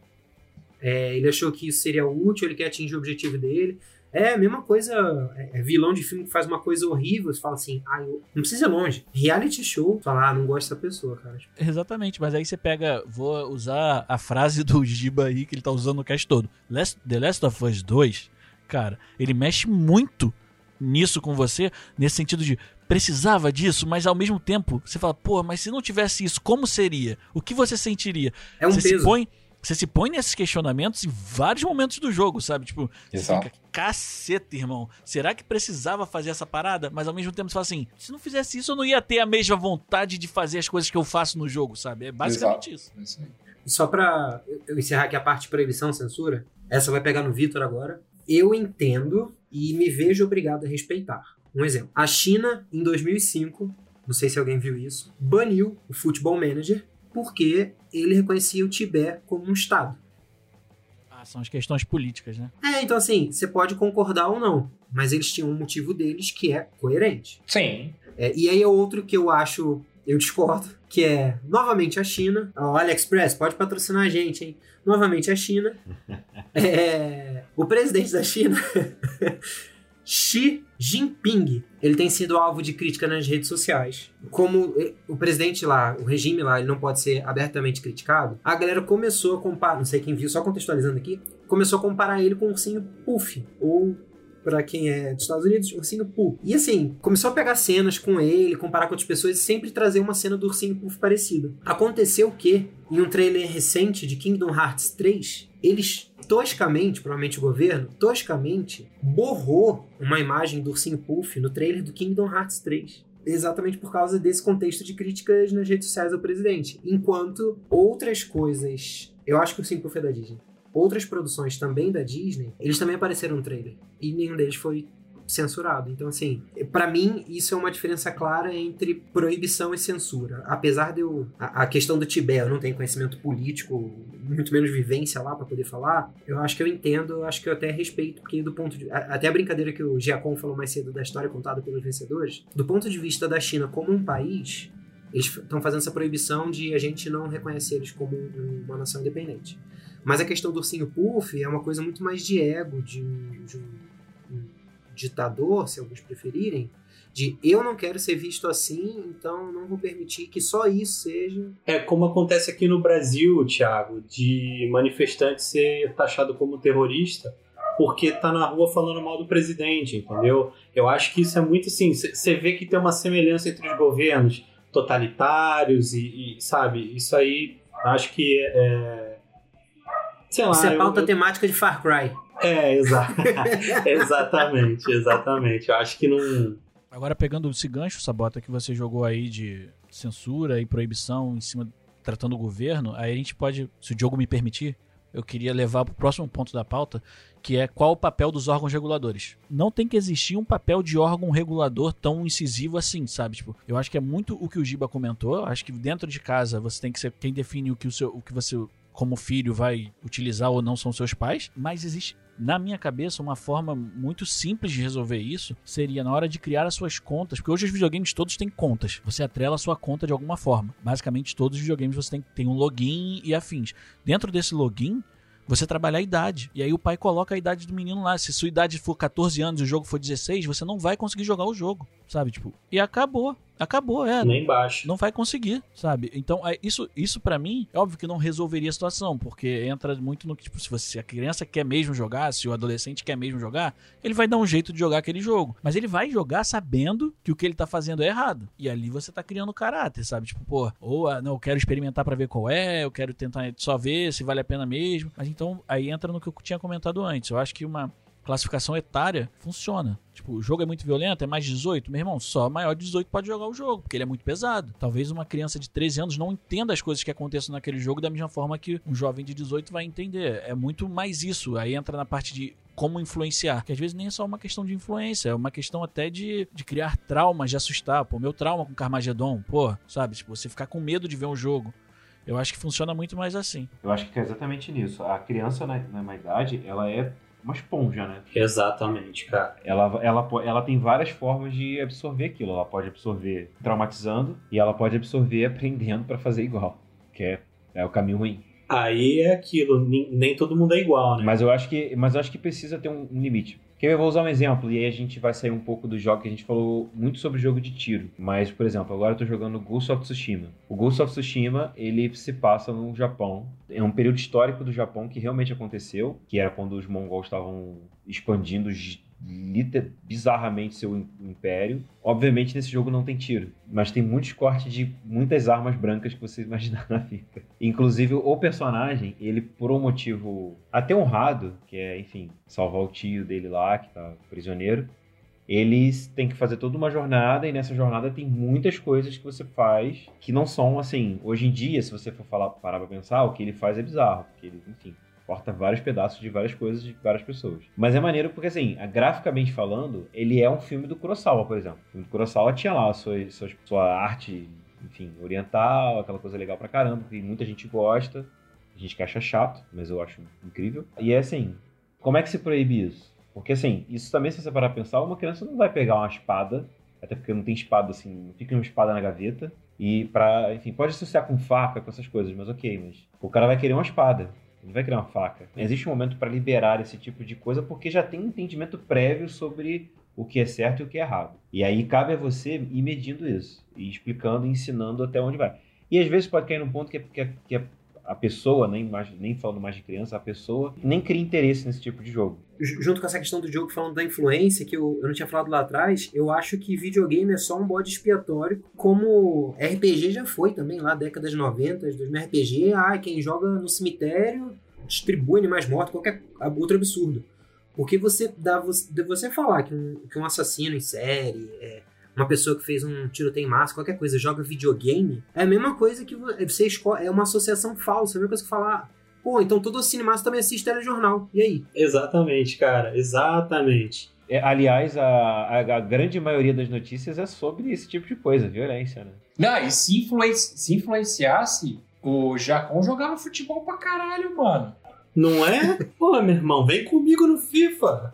é, ele achou que isso seria útil, ele quer atingir o objetivo dele. É a mesma coisa, é, é vilão de filme que faz uma coisa horrível, você fala assim, ah, eu, não precisa ir longe. Reality show, falar, ah, não gosto dessa pessoa, cara. Exatamente, mas aí você pega, vou usar a frase do Giba aí que ele tá usando no cast todo. Last, The Last of Us dois, cara, ele mexe muito nisso com você, nesse sentido de precisava disso, mas ao mesmo tempo você fala, pô, mas se não tivesse isso, como seria? O que você sentiria? É um você peso. Se põe, você se põe nesses questionamentos em vários momentos do jogo, sabe? Tipo, Exato. você fica, caceta, irmão, será que precisava fazer essa parada? Mas ao mesmo tempo você fala assim, se não fizesse isso eu não ia ter a mesma vontade de fazer as coisas que eu faço no jogo, sabe? É basicamente Exato. isso. isso aí. Só pra eu encerrar aqui a parte de proibição, censura, essa vai pegar no Vitor agora. Eu entendo e me vejo obrigado a respeitar. Um exemplo. A China, em dois mil e cinco, não sei se alguém viu isso, baniu o Football Manager porque ele reconhecia o Tibete como um estado. Ah, são as questões políticas, né? É, então assim, você pode concordar ou não, mas eles tinham um motivo deles que é coerente. Sim. É, e aí é outro que eu acho, eu discordo, que é, novamente, a China. O AliExpress pode patrocinar a gente, hein? Novamente a China. É, o presidente da China, Xi Jinping, ele tem sido alvo de crítica nas redes sociais. Como o presidente lá, o regime lá, ele não pode ser abertamente criticado, a galera começou a comparar, não sei quem viu, só contextualizando aqui, começou a comparar ele com o ursinho Puff, ou... pra quem é dos Estados Unidos, Ursinho Puff. E assim, começou a pegar cenas com ele, comparar com outras pessoas e sempre trazer uma cena do Ursinho Puff parecida. Aconteceu que, em um trailer recente de Kingdom Hearts três, eles toscamente, provavelmente o governo, toscamente borrou uma imagem do Ursinho Puff no trailer do Kingdom Hearts três. Exatamente por causa desse contexto de críticas nas redes sociais ao presidente. Enquanto outras coisas... Eu acho que o Ursinho Puff é da Disney. Outras produções também da Disney, eles também apareceram no trailer. E nenhum deles foi censurado. Então, assim, pra mim, isso é uma diferença clara entre proibição e censura. Apesar de eu... A, a questão do Tibete, eu não tenho conhecimento político, muito menos vivência lá pra poder falar, eu acho que eu entendo, eu acho que eu até respeito, porque do ponto de... Até a brincadeira que o Giacom falou mais cedo da história contada pelos vencedores, do ponto de vista da China como um país, eles estão fazendo essa proibição de a gente não reconhecer eles como um, uma nação independente. Mas a questão do Ursinho Puff é uma coisa muito mais de ego, de um, de um, um ditador, se alguns preferirem, de eu não quero ser visto assim, então não vou permitir que só isso seja... É como acontece aqui no Brasil, Thiago, de manifestante ser taxado como terrorista porque tá na rua falando mal do presidente, entendeu? Eu acho que isso é muito assim, você vê que tem uma semelhança entre os governos totalitários e, e sabe, isso aí acho que é... Sei lá, Isso é pauta eu, eu... temática de Far Cry. É, exa... exatamente, exatamente. Eu acho que não... Agora, pegando esse gancho, Sabota, que você jogou aí de censura e proibição em cima, tratando o governo, aí a gente pode, se o Diogo me permitir, eu queria levar para o próximo ponto da pauta, que é qual o papel dos órgãos reguladores. Não tem que existir um papel de órgão regulador tão incisivo assim, sabe? Tipo, eu acho que é muito o que o Giba comentou, acho que dentro de casa você tem que ser quem define o que, o seu, o que você... como filho vai utilizar ou não são seus pais, mas existe, na minha cabeça, uma forma muito simples de resolver isso, seria na hora de criar as suas contas, porque hoje os videogames todos têm contas, você atrela a sua conta de alguma forma, basicamente todos os videogames você tem, tem um login e afins, dentro desse login, você trabalha a idade, e aí o pai coloca a idade do menino lá, se sua idade for catorze anos e o jogo for dezesseis, você não vai conseguir jogar o jogo, sabe, tipo, e acabou. Acabou, é. Nem baixa. Não vai conseguir, sabe? Então, isso, isso para mim, é óbvio que não resolveria a situação, porque entra muito no que, tipo, se, você, se a criança quer mesmo jogar, se o adolescente quer mesmo jogar, ele vai dar um jeito de jogar aquele jogo. Mas ele vai jogar sabendo que o que ele tá fazendo é errado. E ali você tá criando caráter, sabe? Tipo, pô, ou ah, não, eu quero experimentar pra ver qual é, eu quero tentar só ver se vale a pena mesmo. Mas então, aí entra no que eu tinha comentado antes. Eu acho que uma classificação etária funciona. Tipo, o jogo é muito violento, é mais de dezoito, meu irmão, só maior de dezoito pode jogar o jogo, porque ele é muito pesado. Talvez uma criança de treze anos não entenda as coisas que acontecem naquele jogo da mesma forma que um jovem de dezoito vai entender. É muito mais isso. Aí entra na parte de como influenciar, que às vezes nem é só uma questão de influência, é uma questão até de, de criar traumas, de assustar. Pô, meu trauma com Carmageddon, pô, sabe? Tipo, você ficar com medo de ver um jogo. Eu acho que funciona muito mais assim. Eu acho que é exatamente nisso. A criança, na, na minha idade, ela é uma esponja, né? Exatamente, cara. Ela, ela, ela tem várias formas de absorver aquilo. Ela pode absorver traumatizando e ela pode absorver aprendendo pra fazer igual, que é, é o caminho ruim. Aí é aquilo, nem, nem todo mundo é igual, né? Mas eu acho que, mas eu acho que precisa ter um, um limite. Porque eu vou usar um exemplo, e aí a gente vai sair um pouco do jogo, que a gente falou muito sobre jogo de tiro. Mas, por exemplo, agora eu tô jogando Ghost of Tsushima. O Ghost of Tsushima, ele se passa no Japão. É um período histórico do Japão que realmente aconteceu, que era quando os mongols estavam expandindo liter- bizarramente seu império. Obviamente nesse jogo não tem tiro, mas tem muitos cortes de muitas armas brancas que você imaginar na vida. Inclusive o personagem, ele por um motivo até honrado, que é, enfim, salvar o tio dele lá, que tá prisioneiro, eles têm que fazer toda uma jornada, e nessa jornada tem muitas coisas que você faz que não são, assim, hoje em dia, se você for falar, parar pra pensar, o que ele faz é bizarro, porque ele, enfim, corta vários pedaços de várias coisas de várias pessoas. Mas é maneiro porque, assim, graficamente falando, ele é um filme do Kurosawa, por exemplo. O filme do Kurosawa tinha lá a sua, sua, sua arte, enfim, oriental, aquela coisa legal pra caramba, que muita gente gosta, a gente que acha chato, mas eu acho incrível. E é assim, como é que se proíbe isso? Porque, assim, isso também, se você parar pra pensar, uma criança não vai pegar uma espada, até porque não tem espada, assim, não fica uma espada na gaveta, e pra, enfim, pode associar com faca, com essas coisas, mas ok, mas o cara vai querer uma espada. Ele vai criar uma faca. Existe um momento para liberar esse tipo de coisa porque já tem um entendimento prévio sobre o que é certo e o que é errado. E aí cabe a você ir medindo isso, e explicando e ensinando até onde vai. E às vezes pode cair num ponto que, que, que a pessoa, nem, mais, nem falando mais de criança, a pessoa nem cria interesse nesse tipo de jogo. Junto com essa questão do jogo, falando da influência, que eu, eu não tinha falado lá atrás, eu acho que videogame é só um bode expiatório, como R P G já foi também, lá décadas de noventa, dois mil R P G, ah, quem joga no cemitério distribui animais mortos, qualquer outro absurdo. Porque você dá você, você falar que um, que um assassino em série, é, uma pessoa que fez um tiroteio em massa, qualquer coisa, joga videogame, é a mesma coisa que você escolhe, é uma associação falsa, é a mesma coisa que falar, pô, então todo cinemasta também assiste telejornal, e aí? Exatamente, cara, exatamente. É, aliás, a, a, a grande maioria das notícias é sobre esse tipo de coisa, violência, né? Não, e se, influenci, se influenciasse, o Jacon jogava futebol pra caralho, mano. Não é? Pô, meu irmão, vem comigo no FIFA.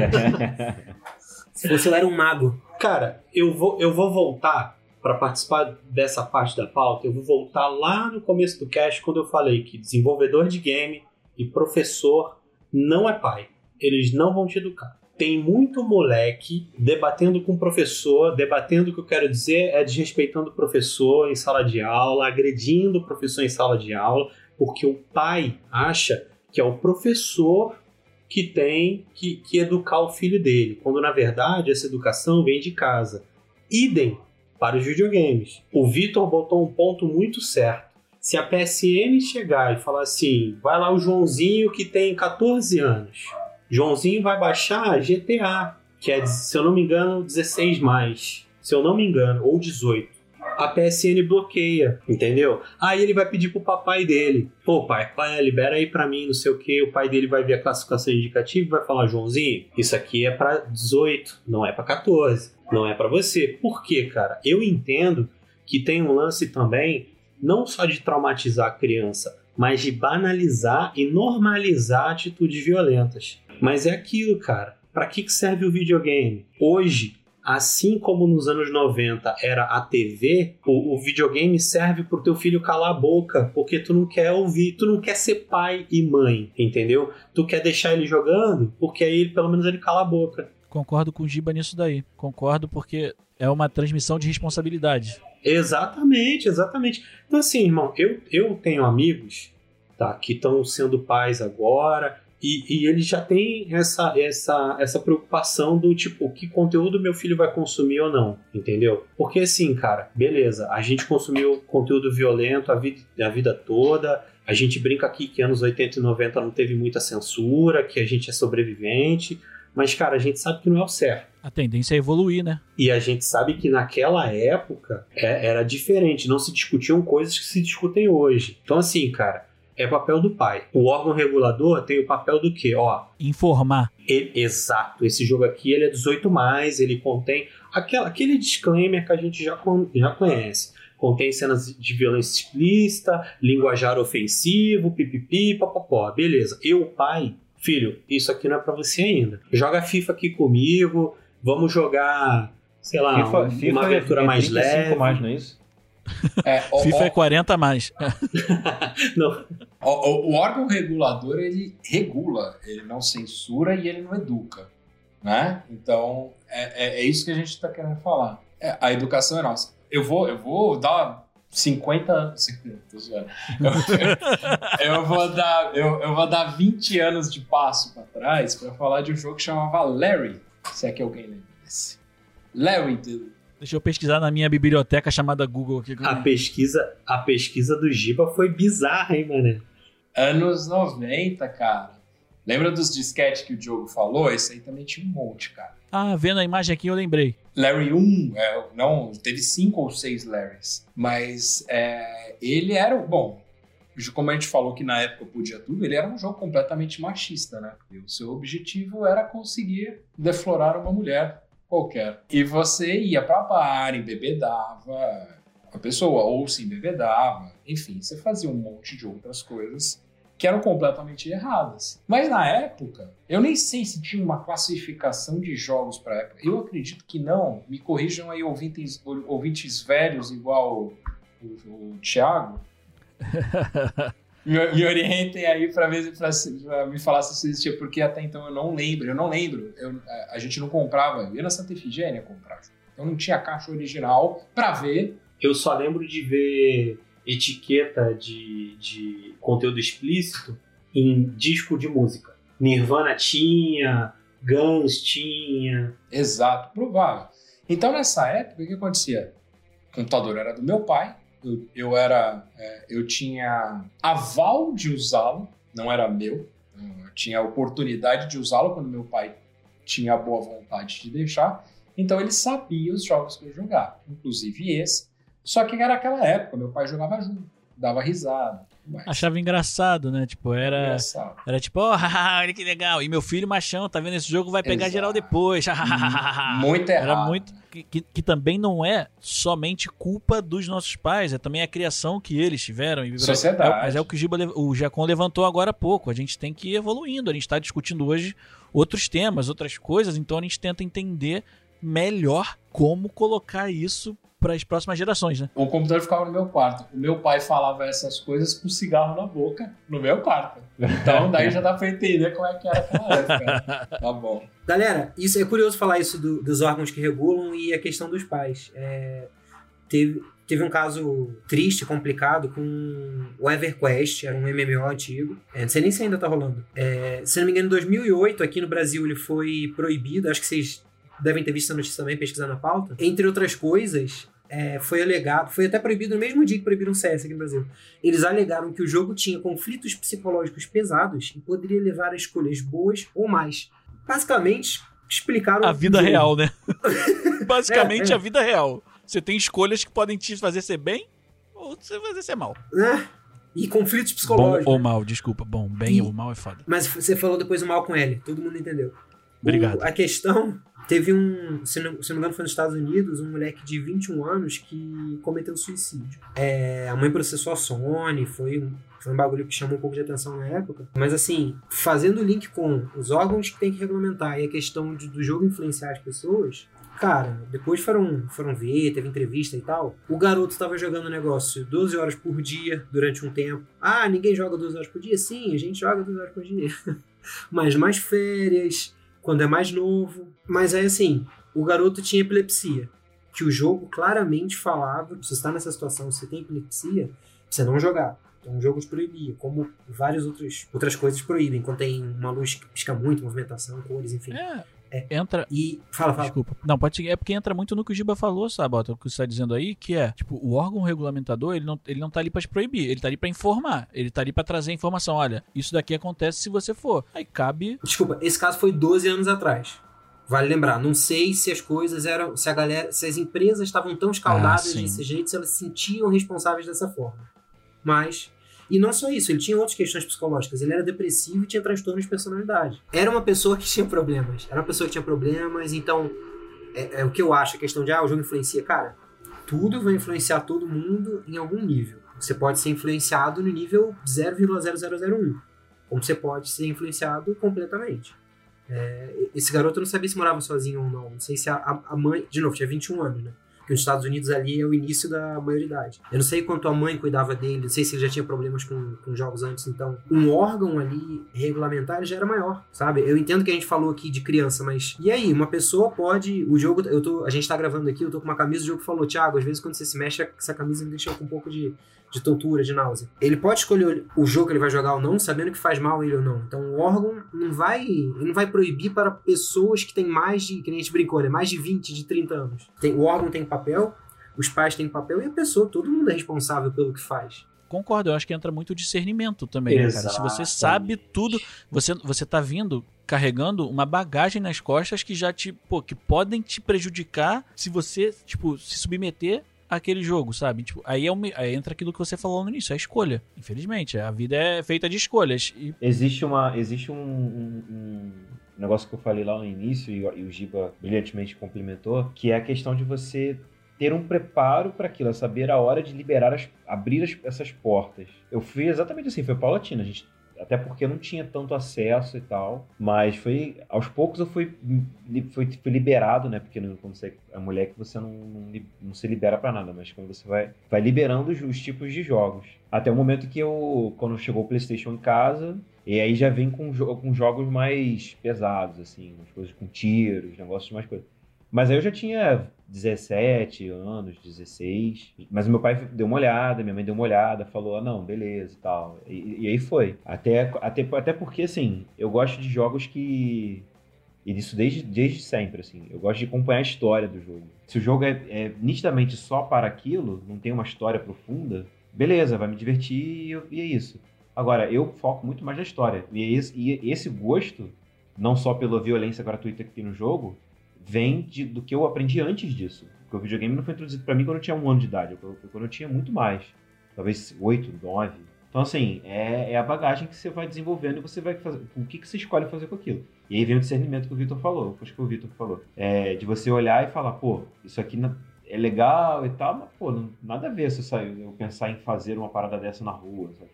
Se fosse eu era um mago. Cara, eu vou, eu vou voltar para participar dessa parte da pauta, eu vou voltar lá no começo do cast, quando eu falei que desenvolvedor de game e professor não é pai. Eles não vão te educar. Tem muito moleque debatendo com o professor, debatendo o que eu quero dizer é desrespeitando o professor em sala de aula, agredindo o professor em sala de aula, porque o pai acha que é o professor que tem que, que educar o filho dele, quando na verdade essa educação vem de casa. Idem para os videogames. O Vitor botou um ponto muito certo. Se a P S N chegar e falar assim, vai lá o Joãozinho que tem catorze anos, Joãozinho vai baixar G T A, que é, se eu não me engano, dezesseis mais, se eu não me engano, ou dezoito. A P S N bloqueia, entendeu? Aí ele vai pedir pro papai dele, pô pai, pai, libera aí pra mim, não sei o que, o pai dele vai ver a classificação indicativa e vai falar, Joãozinho, isso aqui é pra dezoito, não é pra catorze, não é pra você. Por quê, cara? Eu entendo que tem um lance também, não só de traumatizar a criança, mas de banalizar e normalizar atitudes violentas. Mas é aquilo, cara, pra que serve o videogame? Hoje, assim como nos anos noventa era a T V, o, o videogame serve pro teu filho calar a boca, porque tu não quer ouvir, tu não quer ser pai e mãe, entendeu? Tu quer deixar ele jogando, porque aí pelo menos ele cala a boca. Concordo com o Giba nisso daí. Concordo porque é uma transmissão de responsabilidade. Exatamente, exatamente. Então assim, irmão, eu, eu tenho amigos, tá, que estão sendo pais agora e, e eles já têm essa, essa, essa preocupação do tipo, que conteúdo meu filho vai consumir ou não, entendeu? Porque assim, cara, beleza, a gente consumiu conteúdo violento a vida, a vida toda, a gente brinca aqui que anos oitenta e noventa não teve muita censura, que a gente é sobrevivente, mas, cara, a gente sabe que não é o certo. A tendência é evoluir, né? E a gente sabe que naquela época é, era diferente, não se discutiam coisas que se discutem hoje. Então, assim, cara, é papel do pai. O órgão regulador tem o papel do quê? Ó, informar. Ele, exato. Esse jogo aqui ele é dezoito mais, ele contém aquela, aquele disclaimer que a gente já, já conhece. Contém cenas de violência explícita, linguajar ofensivo, pipipi, papapó. Beleza. Eu, pai... Filho, isso aqui não é pra você ainda. Joga FIFA aqui comigo, vamos jogar, sei lá, FIFA, uma FIFA aventura é, é mais leve. Mais, não é isso? É, o, FIFA o, é quarenta a mais. Não. O, o, o órgão regulador, ele regula, ele não censura e ele não educa, né? Então, é, é, é isso que a gente está querendo falar. É, a educação é nossa. Eu vou, eu vou dar cinquenta anos. Eu, eu, vou dar, eu, eu vou dar vinte anos de passo para trás para falar de um jogo que chamava Larry. Se é que alguém lembra desse. Larry. Do... Deixa eu pesquisar na minha biblioteca chamada Google aqui. A pesquisa, a pesquisa do Giba foi bizarra, hein, mano? Anos noventa, cara. Lembra dos disquetes que o Diogo falou? Esse aí também tinha um monte, cara. Ah, vendo a imagem aqui eu lembrei. Larry um, é, não, teve cinco ou seis Larrys, mas é, ele era, bom, como a gente falou que na época podia tudo, ele era um jogo completamente machista, né? Porque o seu objetivo era conseguir deflorar uma mulher qualquer. E você ia pra bar, embebedava a pessoa, ou se embebedava, enfim, você fazia um monte de outras coisas que eram completamente erradas. Mas na época, eu nem sei se tinha uma classificação de jogos para época. Eu acredito que não. Me corrijam aí ouvintes, ouvintes velhos igual o, o Thiago. me, me orientem aí para me falar se isso existia, porque até então eu não lembro. Eu não lembro. Eu, a, a gente não comprava. Eu ia na Santa Efigênia comprar. Então não tinha caixa original para ver. Eu só lembro de ver etiqueta de, de conteúdo explícito em disco de música. Nirvana tinha, Guns tinha. Exato, provável. Então nessa época o que acontecia? O computador era do meu pai, eu, eu era, é, eu tinha aval de usá-lo, não era meu, eu tinha a oportunidade de usá-lo quando meu pai tinha a boa vontade de deixar, então ele sabia os jogos que eu jogava, inclusive esse. Só que era aquela época, meu pai jogava junto, dava risada. Mas... Achava engraçado, né? Tipo, era. Engraçado. Era tipo, oh, olha que legal. E meu filho machão, tá vendo esse jogo, vai pegar Exato. geral depois. Muito errado. Era muito. Que, que, que também não é somente culpa dos nossos pais, é também a criação que eles tiveram. Sociedade. É, mas é o que o, Giba, o Jacon levantou agora há pouco. A gente tem que ir evoluindo. A gente está discutindo hoje outros temas, outras coisas, então a gente tenta entender melhor como colocar isso para as próximas gerações, né? O computador ficava no meu quarto. O meu pai falava essas coisas com cigarro na boca no meu quarto. Então daí já dá para entender como é que era aquela época. Tá bom. Galera, isso é curioso falar isso do, dos órgãos que regulam e a questão dos pais. É, teve, teve um caso triste, complicado com o EverQuest, era um M M O antigo. É, não sei nem se ainda tá rolando. É, se não me engano, em dois mil e oito, aqui no Brasil, ele foi proibido. Acho que vocês devem ter visto essa notícia também, pesquisando a pauta. Entre outras coisas... É, foi alegado, foi até proibido no mesmo dia que proibiram o C S aqui no Brasil. Eles alegaram que o jogo tinha conflitos psicológicos pesados e poderia levar a escolhas boas ou mais. Basicamente, explicaram... A vida jogo. real, né? Basicamente, é, é. a vida real. Você tem escolhas que podem te fazer ser bem ou te fazer ser mal. É. E conflitos psicológicos. Bom ou mal, desculpa. Bom, bem e... ou mal é foda. Mas você falou depois o mal com L, todo mundo entendeu. Obrigado. O, a questão... Teve um, se não, se não me engano foi nos Estados Unidos, um moleque de vinte e um anos que cometeu suicídio. É, a mãe processou a Sony, foi um, foi um bagulho que chamou um pouco de atenção na época. Mas assim, fazendo o link com os órgãos que tem que regulamentar e a questão de, do jogo influenciar as pessoas, cara, depois foram, foram ver, teve entrevista e tal. O garoto estava jogando o negócio doze horas por dia durante um tempo. Ah, ninguém joga doze horas por dia? Sim, a gente joga doze horas por dia. Mas mais férias... quando é mais novo. Mas aí, assim, o garoto tinha epilepsia. que o jogo claramente falava, se você está nessa situação, se você tem epilepsia, você não jogar. Então o jogo te proibia, como várias outras, outras coisas proíbem, quando tem uma luz que pisca muito, movimentação, cores, enfim. É. É. Entra. E. Fala, fala. Desculpa. Não, pode seguir. É porque entra muito no que o Giba falou, Sabota, o que você está dizendo aí, que é, tipo, o órgão regulamentador, ele não, ele não tá ali pra te proibir, ele tá ali pra informar, ele tá ali pra trazer informação. Olha, isso daqui acontece se você for. Aí cabe. Desculpa, esse caso foi doze anos atrás. Vale lembrar, não sei se as coisas eram. Se a galera. Se as empresas estavam tão escaldadas Ah, desse jeito, se elas se sentiam responsáveis dessa forma. Mas. E não só isso, ele tinha outras questões psicológicas. Ele era depressivo e tinha transtorno de personalidade. Era uma pessoa que tinha problemas. Era uma pessoa que tinha problemas, então... É, é o que eu acho, a questão de, ah, o jogo influencia. Cara, tudo vai influenciar todo mundo em algum nível. Você pode ser influenciado no nível zero vírgula zero zero zero um. Como você pode ser influenciado completamente. É, esse garoto eu não sabia se morava sozinho ou não. Não sei se a, a mãe... De novo, tinha vinte e um anos, né? Porque nos Estados Unidos ali é o início da maioridade. Eu não sei quanto a mãe cuidava dele, não sei se ele já tinha problemas com, com jogos antes, então um órgão ali regulamentar já era maior, sabe? Eu entendo que a gente falou aqui de criança, mas e aí? Uma pessoa pode... O jogo, eu tô, a gente tá gravando aqui, eu tô com uma camisa, o jogo falou, Thiago, às vezes quando você se mexe, essa camisa me deixa com um pouco de, de tontura, de náusea. Ele pode escolher o jogo que ele vai jogar ou não, sabendo que faz mal ele ou não. Então o órgão não vai, ele não vai proibir para pessoas que têm mais de, que nem a gente brincou, né? Mais de vinte, de trinta anos. Tem, o órgão tem papel, os pais têm papel e a pessoa, todo mundo é responsável pelo que faz. Concordo, eu acho que entra muito o discernimento também, né, cara? Se você sabe tudo, você, você tá vindo carregando uma bagagem nas costas que já te, pô, que podem te prejudicar se você, tipo, se submeter àquele jogo, sabe? Tipo, aí, é um, aí entra aquilo que você falou no início, é a escolha. Infelizmente, a vida é feita de escolhas. E... Existe uma, existe um, um, um negócio que eu falei lá no início e, e o Giba brilhantemente complementou, que é a questão de você ter um preparo para aquilo, saber a hora de liberar, as, abrir as, essas portas. Eu fui exatamente assim, foi paulatino, a gente, até porque eu não tinha tanto acesso e tal, mas foi, aos poucos eu fui, fui, fui liberado, né, porque não, quando você é mulher que você não, não, não se libera para nada, mas quando você vai, vai liberando os, os tipos de jogos. Até o momento que eu, quando chegou o PlayStation em casa, e aí já vem com, com jogos mais pesados, assim, umas coisas com tiros, negócios mais coisas. Mas aí eu já tinha dezessete anos, dezesseis, mas o meu pai deu uma olhada, minha mãe deu uma olhada, falou, ah, não, beleza e tal. E, e aí foi. Até, até, até porque, assim, eu gosto de jogos que... E disso desde, desde sempre, assim. Eu gosto de acompanhar a história do jogo. Se o jogo é, é nitidamente só para aquilo, não tem uma história profunda, beleza, vai me divertir e, e é isso. Agora, eu foco muito mais na história. E esse, e esse gosto, não só pela violência gratuita que tem no jogo, vem de, do que eu aprendi antes disso. Porque o videogame não foi introduzido para mim quando eu tinha um ano de idade, foi quando eu tinha muito mais. Talvez oito, nove. Então, assim, é, é a bagagem que você vai desenvolvendo e você vai fazer... O que, que você escolhe fazer com aquilo? E aí vem o discernimento que o Vitor falou, acho que o Vitor falou. É, de você olhar e falar, pô, isso aqui é legal e tal, mas, pô, não, nada a ver se eu, sair, eu pensar em fazer uma parada dessa na rua, sabe?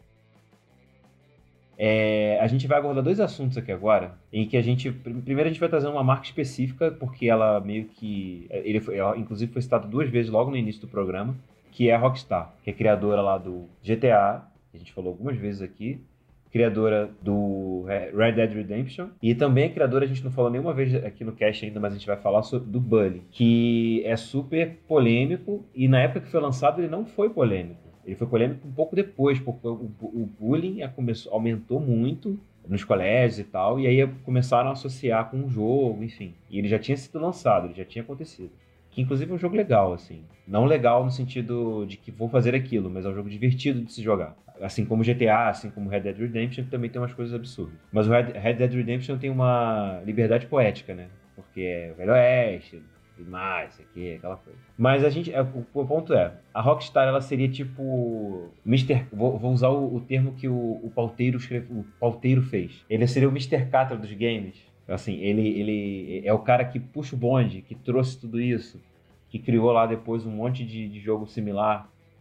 É, a gente vai abordar dois assuntos aqui agora, em que a gente, primeiro a gente vai trazer uma marca específica, porque ela meio que, ele foi, ela, inclusive foi citada duas vezes logo no início do programa, que é a Rockstar, que é criadora lá do G T A, que a gente falou algumas vezes aqui, criadora do Red Dead Redemption, e também é criadora, a gente não falou nenhuma vez aqui no cast ainda, mas a gente vai falar sobre, do Bully, que é super polêmico, e na época que foi lançado ele não foi polêmico. Ele foi polêmico um pouco depois, porque o, o bullying começou, aumentou muito nos colégios e tal, e aí começaram a associar com o jogo, enfim. E ele já tinha sido lançado, ele já tinha acontecido. Que inclusive é um jogo legal, assim. Não legal no sentido de que vou fazer aquilo, mas é um jogo divertido de se jogar. Assim como G T A, assim como Red Dead Redemption, que também tem umas coisas absurdas. Mas o Red, Red Dead Redemption tem uma liberdade poética, né? Porque é Velho Oeste, e mais, aqui, aquela coisa. Mas a gente, o, o ponto é, a Rockstar, ela seria tipo mister Vou, vou usar o, o termo que o, o pauteiro escreve, o pauteiro fez. Ele seria o mister Catra dos games. Assim, ele, ele é o cara que puxa o bonde, que trouxe tudo isso, que criou lá depois um monte de, de jogo similar.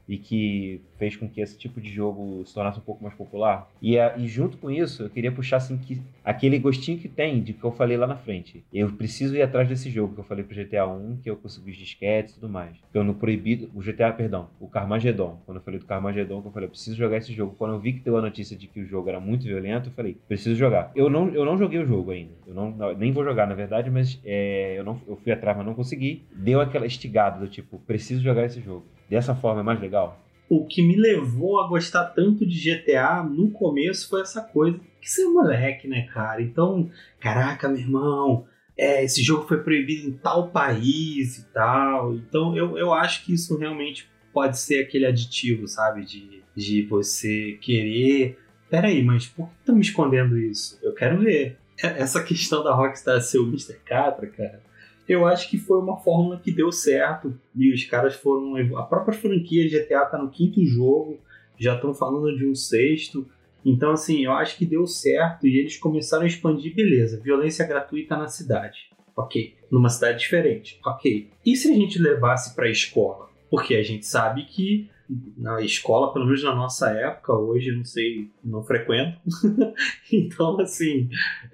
e que fez com que esse tipo de jogo se tornasse um pouco mais popular. E, a, e junto com isso, eu queria puxar assim, que, aquele gostinho que tem de que eu falei lá na frente. Eu preciso ir atrás desse jogo que eu falei pro G T A um, que eu consegui os disquetes e tudo mais. Eu no proibido, o G T A, perdão, o Carmageddon. Quando eu falei do Carmageddon, que eu falei, eu preciso jogar esse jogo. Quando eu vi que deu a notícia de que o jogo era muito violento, eu falei, preciso jogar. Eu não, eu não joguei o jogo ainda. Eu não, não, nem vou jogar, na verdade, mas é, eu, não, eu fui atrás, mas não consegui. Deu aquela estigada do tipo, preciso jogar esse jogo. Dessa forma é mais legal. O que me levou a gostar tanto de G T A no começo foi essa coisa. Que você é moleque, né, cara? Então, caraca, meu irmão, é, esse jogo foi proibido em tal país e tal. Então, eu, eu acho que isso realmente pode ser aquele aditivo, sabe? De, de você querer... Peraí, mas por que estão me escondendo isso? Eu quero ver. Essa questão da Rockstar ser o mister Catra, cara, eu acho que foi uma fórmula que deu certo. E os caras foram... A própria franquia G T A tá no quinto jogo, já estão falando de um sexto. Então, assim, eu acho que deu certo e eles começaram a expandir, beleza. Violência gratuita na cidade. Ok. Numa cidade diferente. Ok. E se a gente levasse pra escola? Porque a gente sabe que na escola, pelo menos na nossa época, hoje eu não sei, não frequento. Então, assim,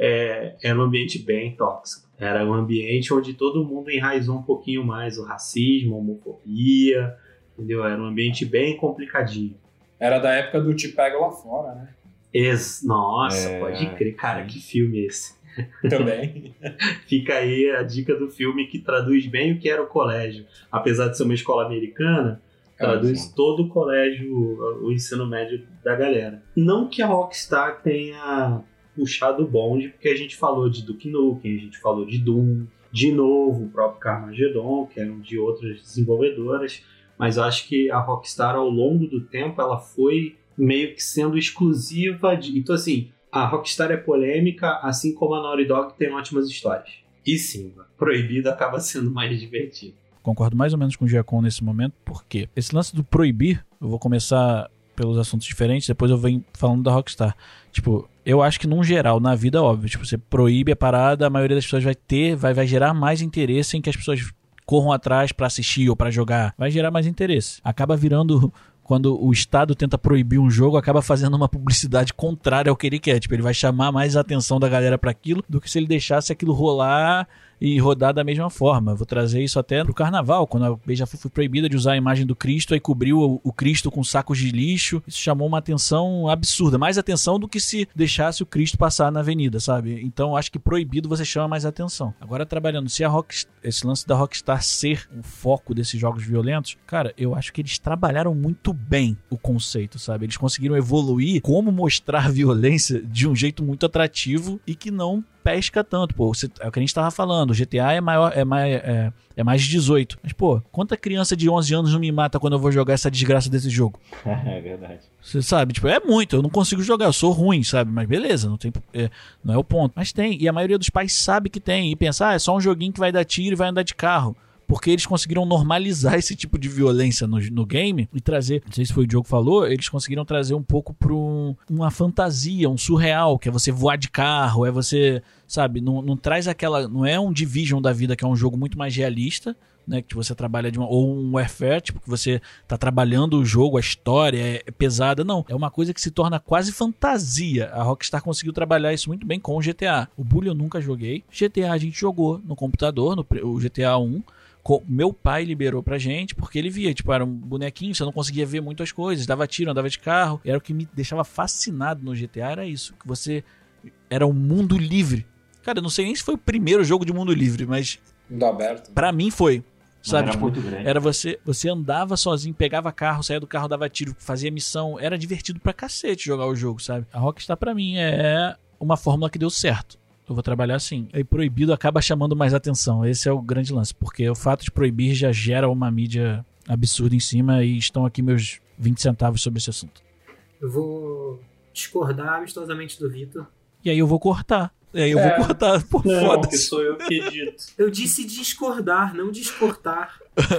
é, era um ambiente bem tóxico. Era um ambiente onde todo mundo enraizou um pouquinho mais o racismo, a homofobia, entendeu? Era um ambiente bem complicadinho. Era da época do Te Pego Lá Fora, né? Ex- Nossa, É, pode crer. Cara, que filme esse? Também. Fica aí a dica do filme que traduz bem o que era o colégio. Apesar de ser uma escola americana, traduz sim. todo o colégio, o ensino médio da galera. Não que a Rockstar tenha puxado o bonde, porque a gente falou de Duke Nukem, a gente falou de Doom, de novo o próprio Carmageddon, que eram de outras desenvolvedoras, mas eu acho que a Rockstar, ao longo do tempo, ela foi meio que sendo exclusiva de... Então, assim, a Rockstar é polêmica, assim como a Naughty Dog tem ótimas histórias. E sim, proibido acaba sendo mais divertido. Concordo mais ou menos com o Giacom nesse momento, porque esse lance do proibir, eu vou começar pelos assuntos diferentes, depois eu venho falando da Rockstar. Tipo, eu acho que num geral, na vida, óbvio, tipo, você proíbe a parada, a maioria das pessoas vai ter, vai, vai gerar mais interesse em que as pessoas corram atrás pra assistir ou pra jogar. Vai gerar mais interesse. Acaba virando... Quando o Estado tenta proibir um jogo, acaba fazendo uma publicidade contrária ao que ele quer. Tipo, ele vai chamar mais a atenção da galera para aquilo do que se ele deixasse aquilo rolar e rodar da mesma forma. Vou trazer isso até pro carnaval, quando a Beija-Flor foi proibida de usar a imagem do Cristo, aí cobriu o, o Cristo com sacos de lixo. Isso chamou uma atenção absurda, mais atenção do que se deixasse o Cristo passar na avenida, sabe? Então, acho que proibido você chama mais atenção. Agora, trabalhando, se a Rock, esse lance da Rockstar ser o foco desses jogos violentos, cara, eu acho que eles trabalharam muito bem o conceito, sabe? Eles conseguiram evoluir como mostrar violência de um jeito muito atrativo e que não pesca tanto, pô, você, é o que a gente tava falando, o G T A é maior, é mais, é, é mais de dezoito, mas pô, quanta criança de onze anos não me mata quando eu vou jogar essa desgraça desse jogo? É verdade. Você sabe, tipo, é muito, eu não consigo jogar, eu sou ruim, sabe, mas beleza, não tem, é, não é o ponto, mas tem, e a maioria dos pais sabe que tem, e pensa, ah, é só um joguinho que vai dar tiro e vai andar de carro. Porque eles conseguiram normalizar esse tipo de violência no, no game e trazer, não sei se foi o Diogo que falou, eles conseguiram trazer um pouco para um, uma fantasia, um surreal, que é você voar de carro, é você, sabe, não, não traz aquela, não é um Division da vida, que é um jogo muito mais realista, né, que você trabalha de uma, ou um Warfare, tipo, que você tá trabalhando o jogo, a história é, é pesada, não, é uma coisa que se torna quase fantasia. A Rockstar conseguiu trabalhar isso muito bem com o G T A. O Bully eu nunca joguei, G T A a gente jogou no computador, no o G T A um, meu pai liberou pra gente, porque ele via, tipo, era um bonequinho, você não conseguia ver muito as coisas, dava tiro, andava de carro, era o que me deixava fascinado no G T A, era isso, que você era um mundo livre. Cara, eu não sei nem se foi o primeiro jogo de mundo livre, mas Mundo aberto. Pra mim foi, sabe, Era tipo, muito grande. era você, você andava sozinho, pegava carro, saía do carro, dava tiro, fazia missão, era divertido pra cacete jogar o jogo, sabe? A Rockstar pra mim é uma fórmula que deu certo. Eu vou trabalhar assim. E proibido acaba chamando mais atenção. Esse é o grande lance. Porque o fato de proibir já gera uma mídia absurda em cima. E estão aqui meus vinte centavos sobre esse assunto. Eu vou discordar amistosamente do Vitor. E aí eu vou cortar. E aí eu É. vou cortar. Pô, Não, que foda-se. sou eu que edito. Eu disse discordar, não discortar.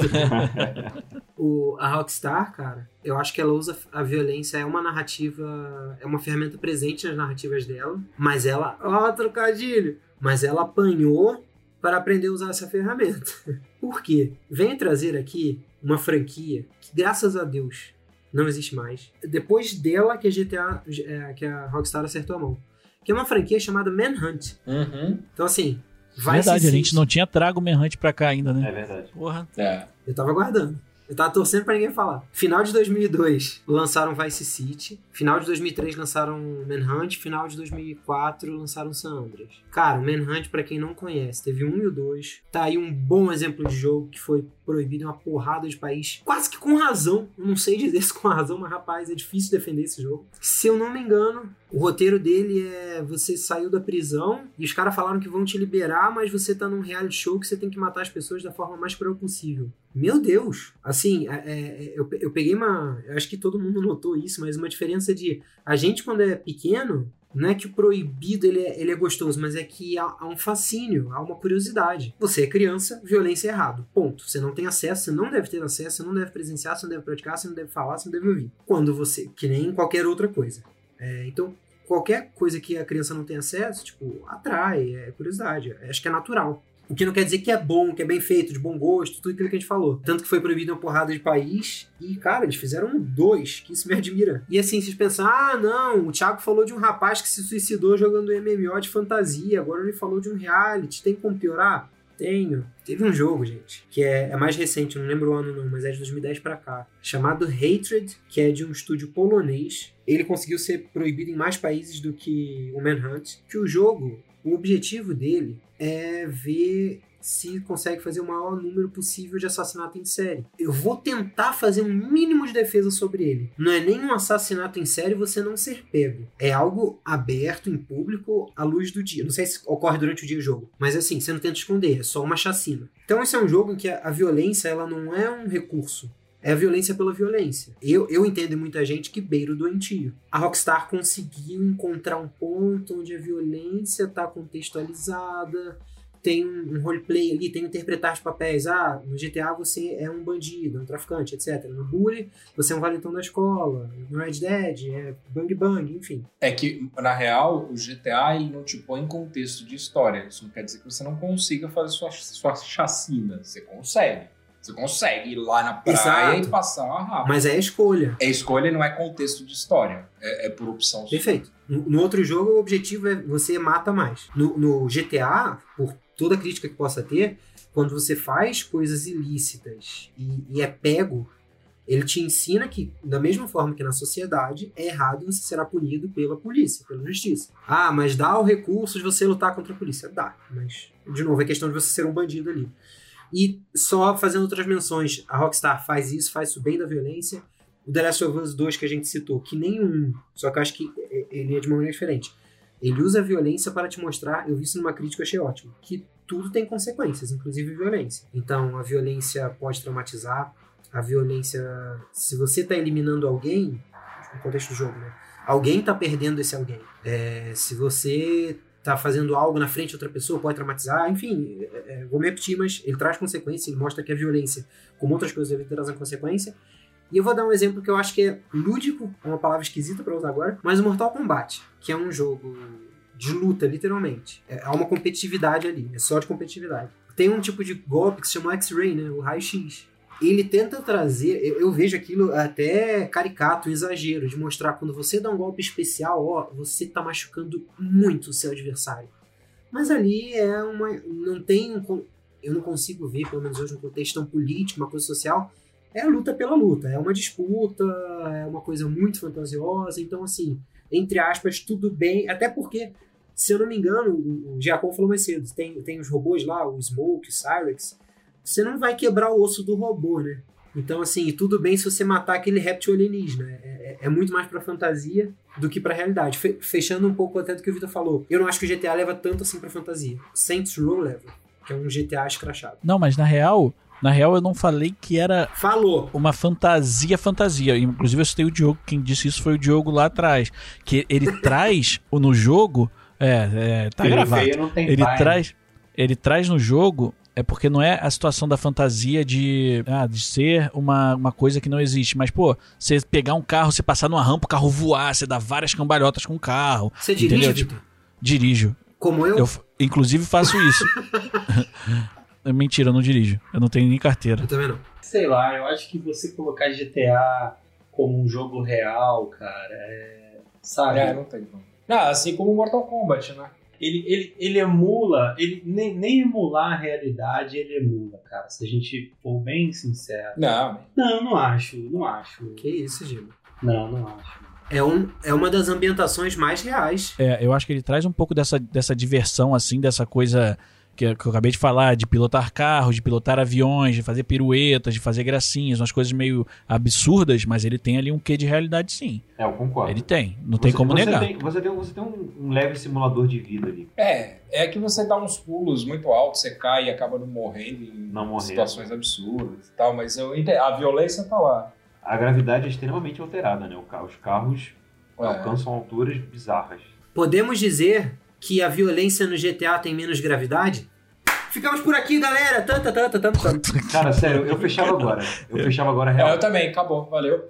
o, a Rockstar, cara, eu acho que ela usa a violência, é uma narrativa, é uma ferramenta presente nas narrativas dela, mas ela, ó, trocadilho, mas ela apanhou para aprender a usar essa ferramenta. Por quê? Venho trazer aqui uma franquia que, graças a Deus, não existe mais. Depois dela que a G T A, que a Rockstar acertou a mão. Que é uma franquia chamada Manhunt. Uhum. Então, assim, vai Verdade, se a gente não tinha trago o Manhunt pra cá ainda, né? É verdade. Porra. É. Eu tava aguardando. Eu tava torcendo pra ninguém falar. Final de dois mil e dois, lançaram Vice City. Final de dois mil e três, lançaram Manhunt. Final de dois mil e quatro, lançaram San Andreas. Cara, Manhunt, pra quem não conhece, teve um e o dois. Tá aí um bom exemplo de jogo que foi proibido em uma porrada de país. Quase que com razão. Eu não sei dizer se com razão, mas, rapaz, é difícil defender esse jogo. Se eu não me engano, o roteiro dele é: você saiu da prisão e os caras falaram que vão te liberar, mas você tá num reality show que você tem que matar as pessoas da forma mais cruel possível. Meu Deus! Assim, é, é, eu, eu peguei uma... Eu acho que todo mundo notou isso, mas uma diferença de... A gente, quando é pequeno, não é que o proibido ele é, ele é gostoso, mas é que há, há um fascínio, há uma curiosidade. Você é criança, violência é errado. Ponto. Você não tem acesso, você não deve ter acesso, você não deve presenciar, você não deve praticar, você não deve falar, você não deve ouvir. Quando você... Que nem qualquer outra coisa. É, então, qualquer coisa que a criança não tem acesso, tipo, atrai, é curiosidade. Acho que é natural. O que não quer dizer que é bom, que é bem feito, de bom gosto, tudo aquilo que a gente falou. Tanto que foi proibido uma porrada de país e, cara, eles fizeram dois, que isso me admira. E assim, vocês pensam, ah, não, o Thiago falou de um rapaz que se suicidou jogando M M O de fantasia, agora ele falou de um reality, tem como piorar? Tenho. Teve um jogo, gente, que é, é mais recente, não lembro o ano não, mas é de dois mil e dez pra cá, chamado Hatred, que é de um estúdio polonês. Ele conseguiu ser proibido em mais países do que o Manhunt, que o jogo, o objetivo dele é ver se consegue fazer o maior número possível de assassinato em série. Eu vou tentar fazer um mínimo de defesa sobre ele. Não é nem um assassinato em série você não ser pego. É algo aberto, em público, à luz do dia. Não sei se ocorre durante o dia do jogo, mas assim, você não tenta esconder, é só uma chacina. Então esse é um jogo em que a violência ela não é um recurso. É a violência pela violência. Eu, eu entendo muita gente que beira o doentio. A Rockstar conseguiu encontrar um ponto onde a violência está contextualizada, tem um, um roleplay ali, tem um interpretar os papéis. Ah, no G T A você é um bandido, um traficante, etcétera. No Bully, você é um valentão da escola. No Red Dead, é bang bang, enfim. É que, na real, o G T A ele não te põe em contexto de história. Isso não quer dizer que você não consiga fazer sua, sua chacina. Você consegue. Você consegue ir lá na praia Exato. E passar rápido. Mas é escolha. É escolha, não é contexto de história. É, é por opção. Perfeito. No, no outro jogo, o objetivo é você mata mais. No, no G T A, por toda a crítica que possa ter, quando você faz coisas ilícitas e, e é pego, ele te ensina que, da mesma forma que na sociedade, é errado você será punido pela polícia, pela justiça. Ah, mas dá o recurso de você lutar contra a polícia. Dá, mas, de novo, é questão de você ser um bandido ali. E só fazendo outras menções, a Rockstar faz isso, faz isso bem da violência. O The Last of Us dois que a gente citou, que nenhum, só que eu acho que ele é de uma maneira diferente. Ele usa a violência para te mostrar, eu vi isso numa crítica, eu achei ótimo, que tudo tem consequências, inclusive violência. Então, a violência pode traumatizar, a violência, se você está eliminando alguém, no contexto do jogo, né? Alguém está perdendo esse alguém. É, se você tá fazendo algo na frente de outra pessoa, pode traumatizar, enfim, é, vou me repetir, mas ele traz consequência, ele mostra que a violência, como outras coisas, deve trazer consequência. E eu vou dar um exemplo que eu acho que é lúdico, é uma palavra esquisita para usar agora, mas o Mortal Kombat, que é um jogo de luta, literalmente. É, há uma competitividade ali, é só de competitividade. Tem um tipo de golpe que se chama X-Ray, né, o raio-x. Ele tenta trazer, eu, eu vejo aquilo até caricato, um exagero, de mostrar quando você dá um golpe especial, ó, você tá machucando muito o seu adversário. Mas ali é uma, não tem um, eu não consigo ver, pelo menos hoje, um contexto tão político, uma coisa social, é a luta pela luta, é uma disputa, é uma coisa muito fantasiosa, então assim, entre aspas, tudo bem, até porque, se eu não me engano, o Giacomo falou mais cedo, tem, tem os robôs lá, o Smoke, o Cyrex, você não vai quebrar o osso do robô, né? Então, assim, tudo bem se você matar aquele réptil alienígena. É, é, é muito mais pra fantasia do que pra realidade. Fe, fechando um pouco até do que o Vitor falou. Eu não acho que o G T A leva tanto assim pra fantasia. Saints Row leva, que é um G T A escrachado. Não, mas na real... Na real, eu não falei que era Falou. uma fantasia, fantasia. Inclusive, eu citei o Diogo. Quem disse isso foi o Diogo lá atrás. Que ele traz no jogo... É, é tá Filho gravado. feio não tem Ele pai, traz, né? ele traz no jogo... É porque não é a situação da fantasia de, ah, de ser uma, uma coisa que não existe. Mas, pô, você pegar um carro, você passar numa rampa, o carro voar, você dá várias cambalhotas com o carro. Você dirige, entendeu? Vitor? Tipo, dirijo. Como eu? Eu, inclusive, faço isso. Mentira, eu não dirijo. Eu não tenho nem carteira. Eu também não. Sei lá, eu acho que você colocar G T A como um jogo real, cara, é... Sabe? É, não tem como. Não, assim como o Mortal Kombat, né? Ele, ele, ele emula, ele nem, nem emular a realidade ele emula, cara. Se a gente for bem sincero. Não. Não, não acho, não acho. Que isso, Gil? Não, não acho. É, um, é uma das ambientações mais reais. É, eu acho que ele traz um pouco dessa, dessa diversão, assim, dessa coisa que, que eu acabei de falar, de pilotar carros, de pilotar aviões, de fazer piruetas, de fazer gracinhas, umas coisas meio absurdas, mas ele tem ali um quê de realidade, sim. É, eu concordo. Ele tem, não tem Você- como você negar. Tem, você tem, você tem um, um leve simulador de vida ali. É, é que você dá uns pulos muito altos, você cai e acaba não morrendo em Não morrendo. situações absurdas e tal, mas eu entendo, a violência tá lá. A gravidade é extremamente alterada, né? O ca- Os carros É. alcançam alturas bizarras. Podemos dizer que a violência no G T A tem menos gravidade? Ficamos por aqui, galera. Tanta, tanta, tanta, tanta. Cara, sério, eu fechava agora. Eu fechava agora É, real. eu também, acabou, valeu.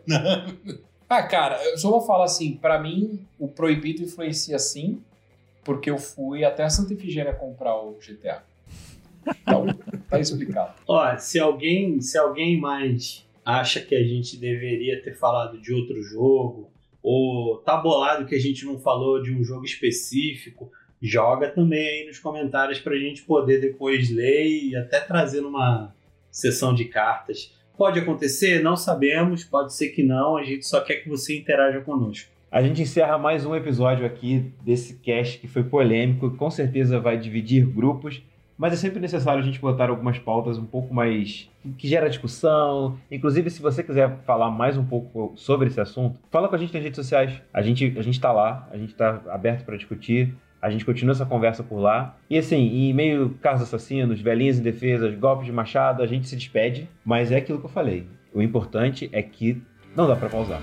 Ah, cara, eu só vou falar assim, pra mim, o proibido influencia sim, porque eu fui até Santa Efigênia comprar o G T A. Então, tá explicado. Ó, se alguém, se alguém mais acha que a gente deveria ter falado de outro jogo, ou tá bolado que a gente não falou de um jogo específico, joga também aí nos comentários pra gente poder depois ler e até trazer numa sessão de cartas. Pode acontecer? Não sabemos, pode ser que não, a gente só quer que você interaja conosco. A gente encerra mais um episódio aqui desse cast que foi polêmico, que com certeza vai dividir grupos, mas é sempre necessário a gente botar algumas pautas um pouco mais... que gera discussão. Inclusive, se você quiser falar mais um pouco sobre esse assunto, fala com a gente nas redes sociais. A gente, a gente tá lá, a gente tá aberto para discutir, a gente continua essa conversa por lá. E assim, em meio casos assassinos, velhinhas indefesas, golpes de machado, a gente se despede, mas é aquilo que eu falei. O importante é que não dá para pausar.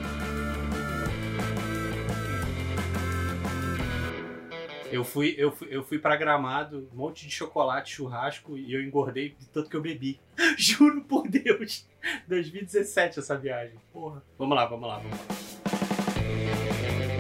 Eu fui, eu fui, eu fui pra Gramado, um monte de chocolate, churrasco, e eu engordei de tanto que eu bebi. Juro por Deus. dois mil e dezessete essa viagem. Porra. Vamos lá, vamos lá, vamos lá.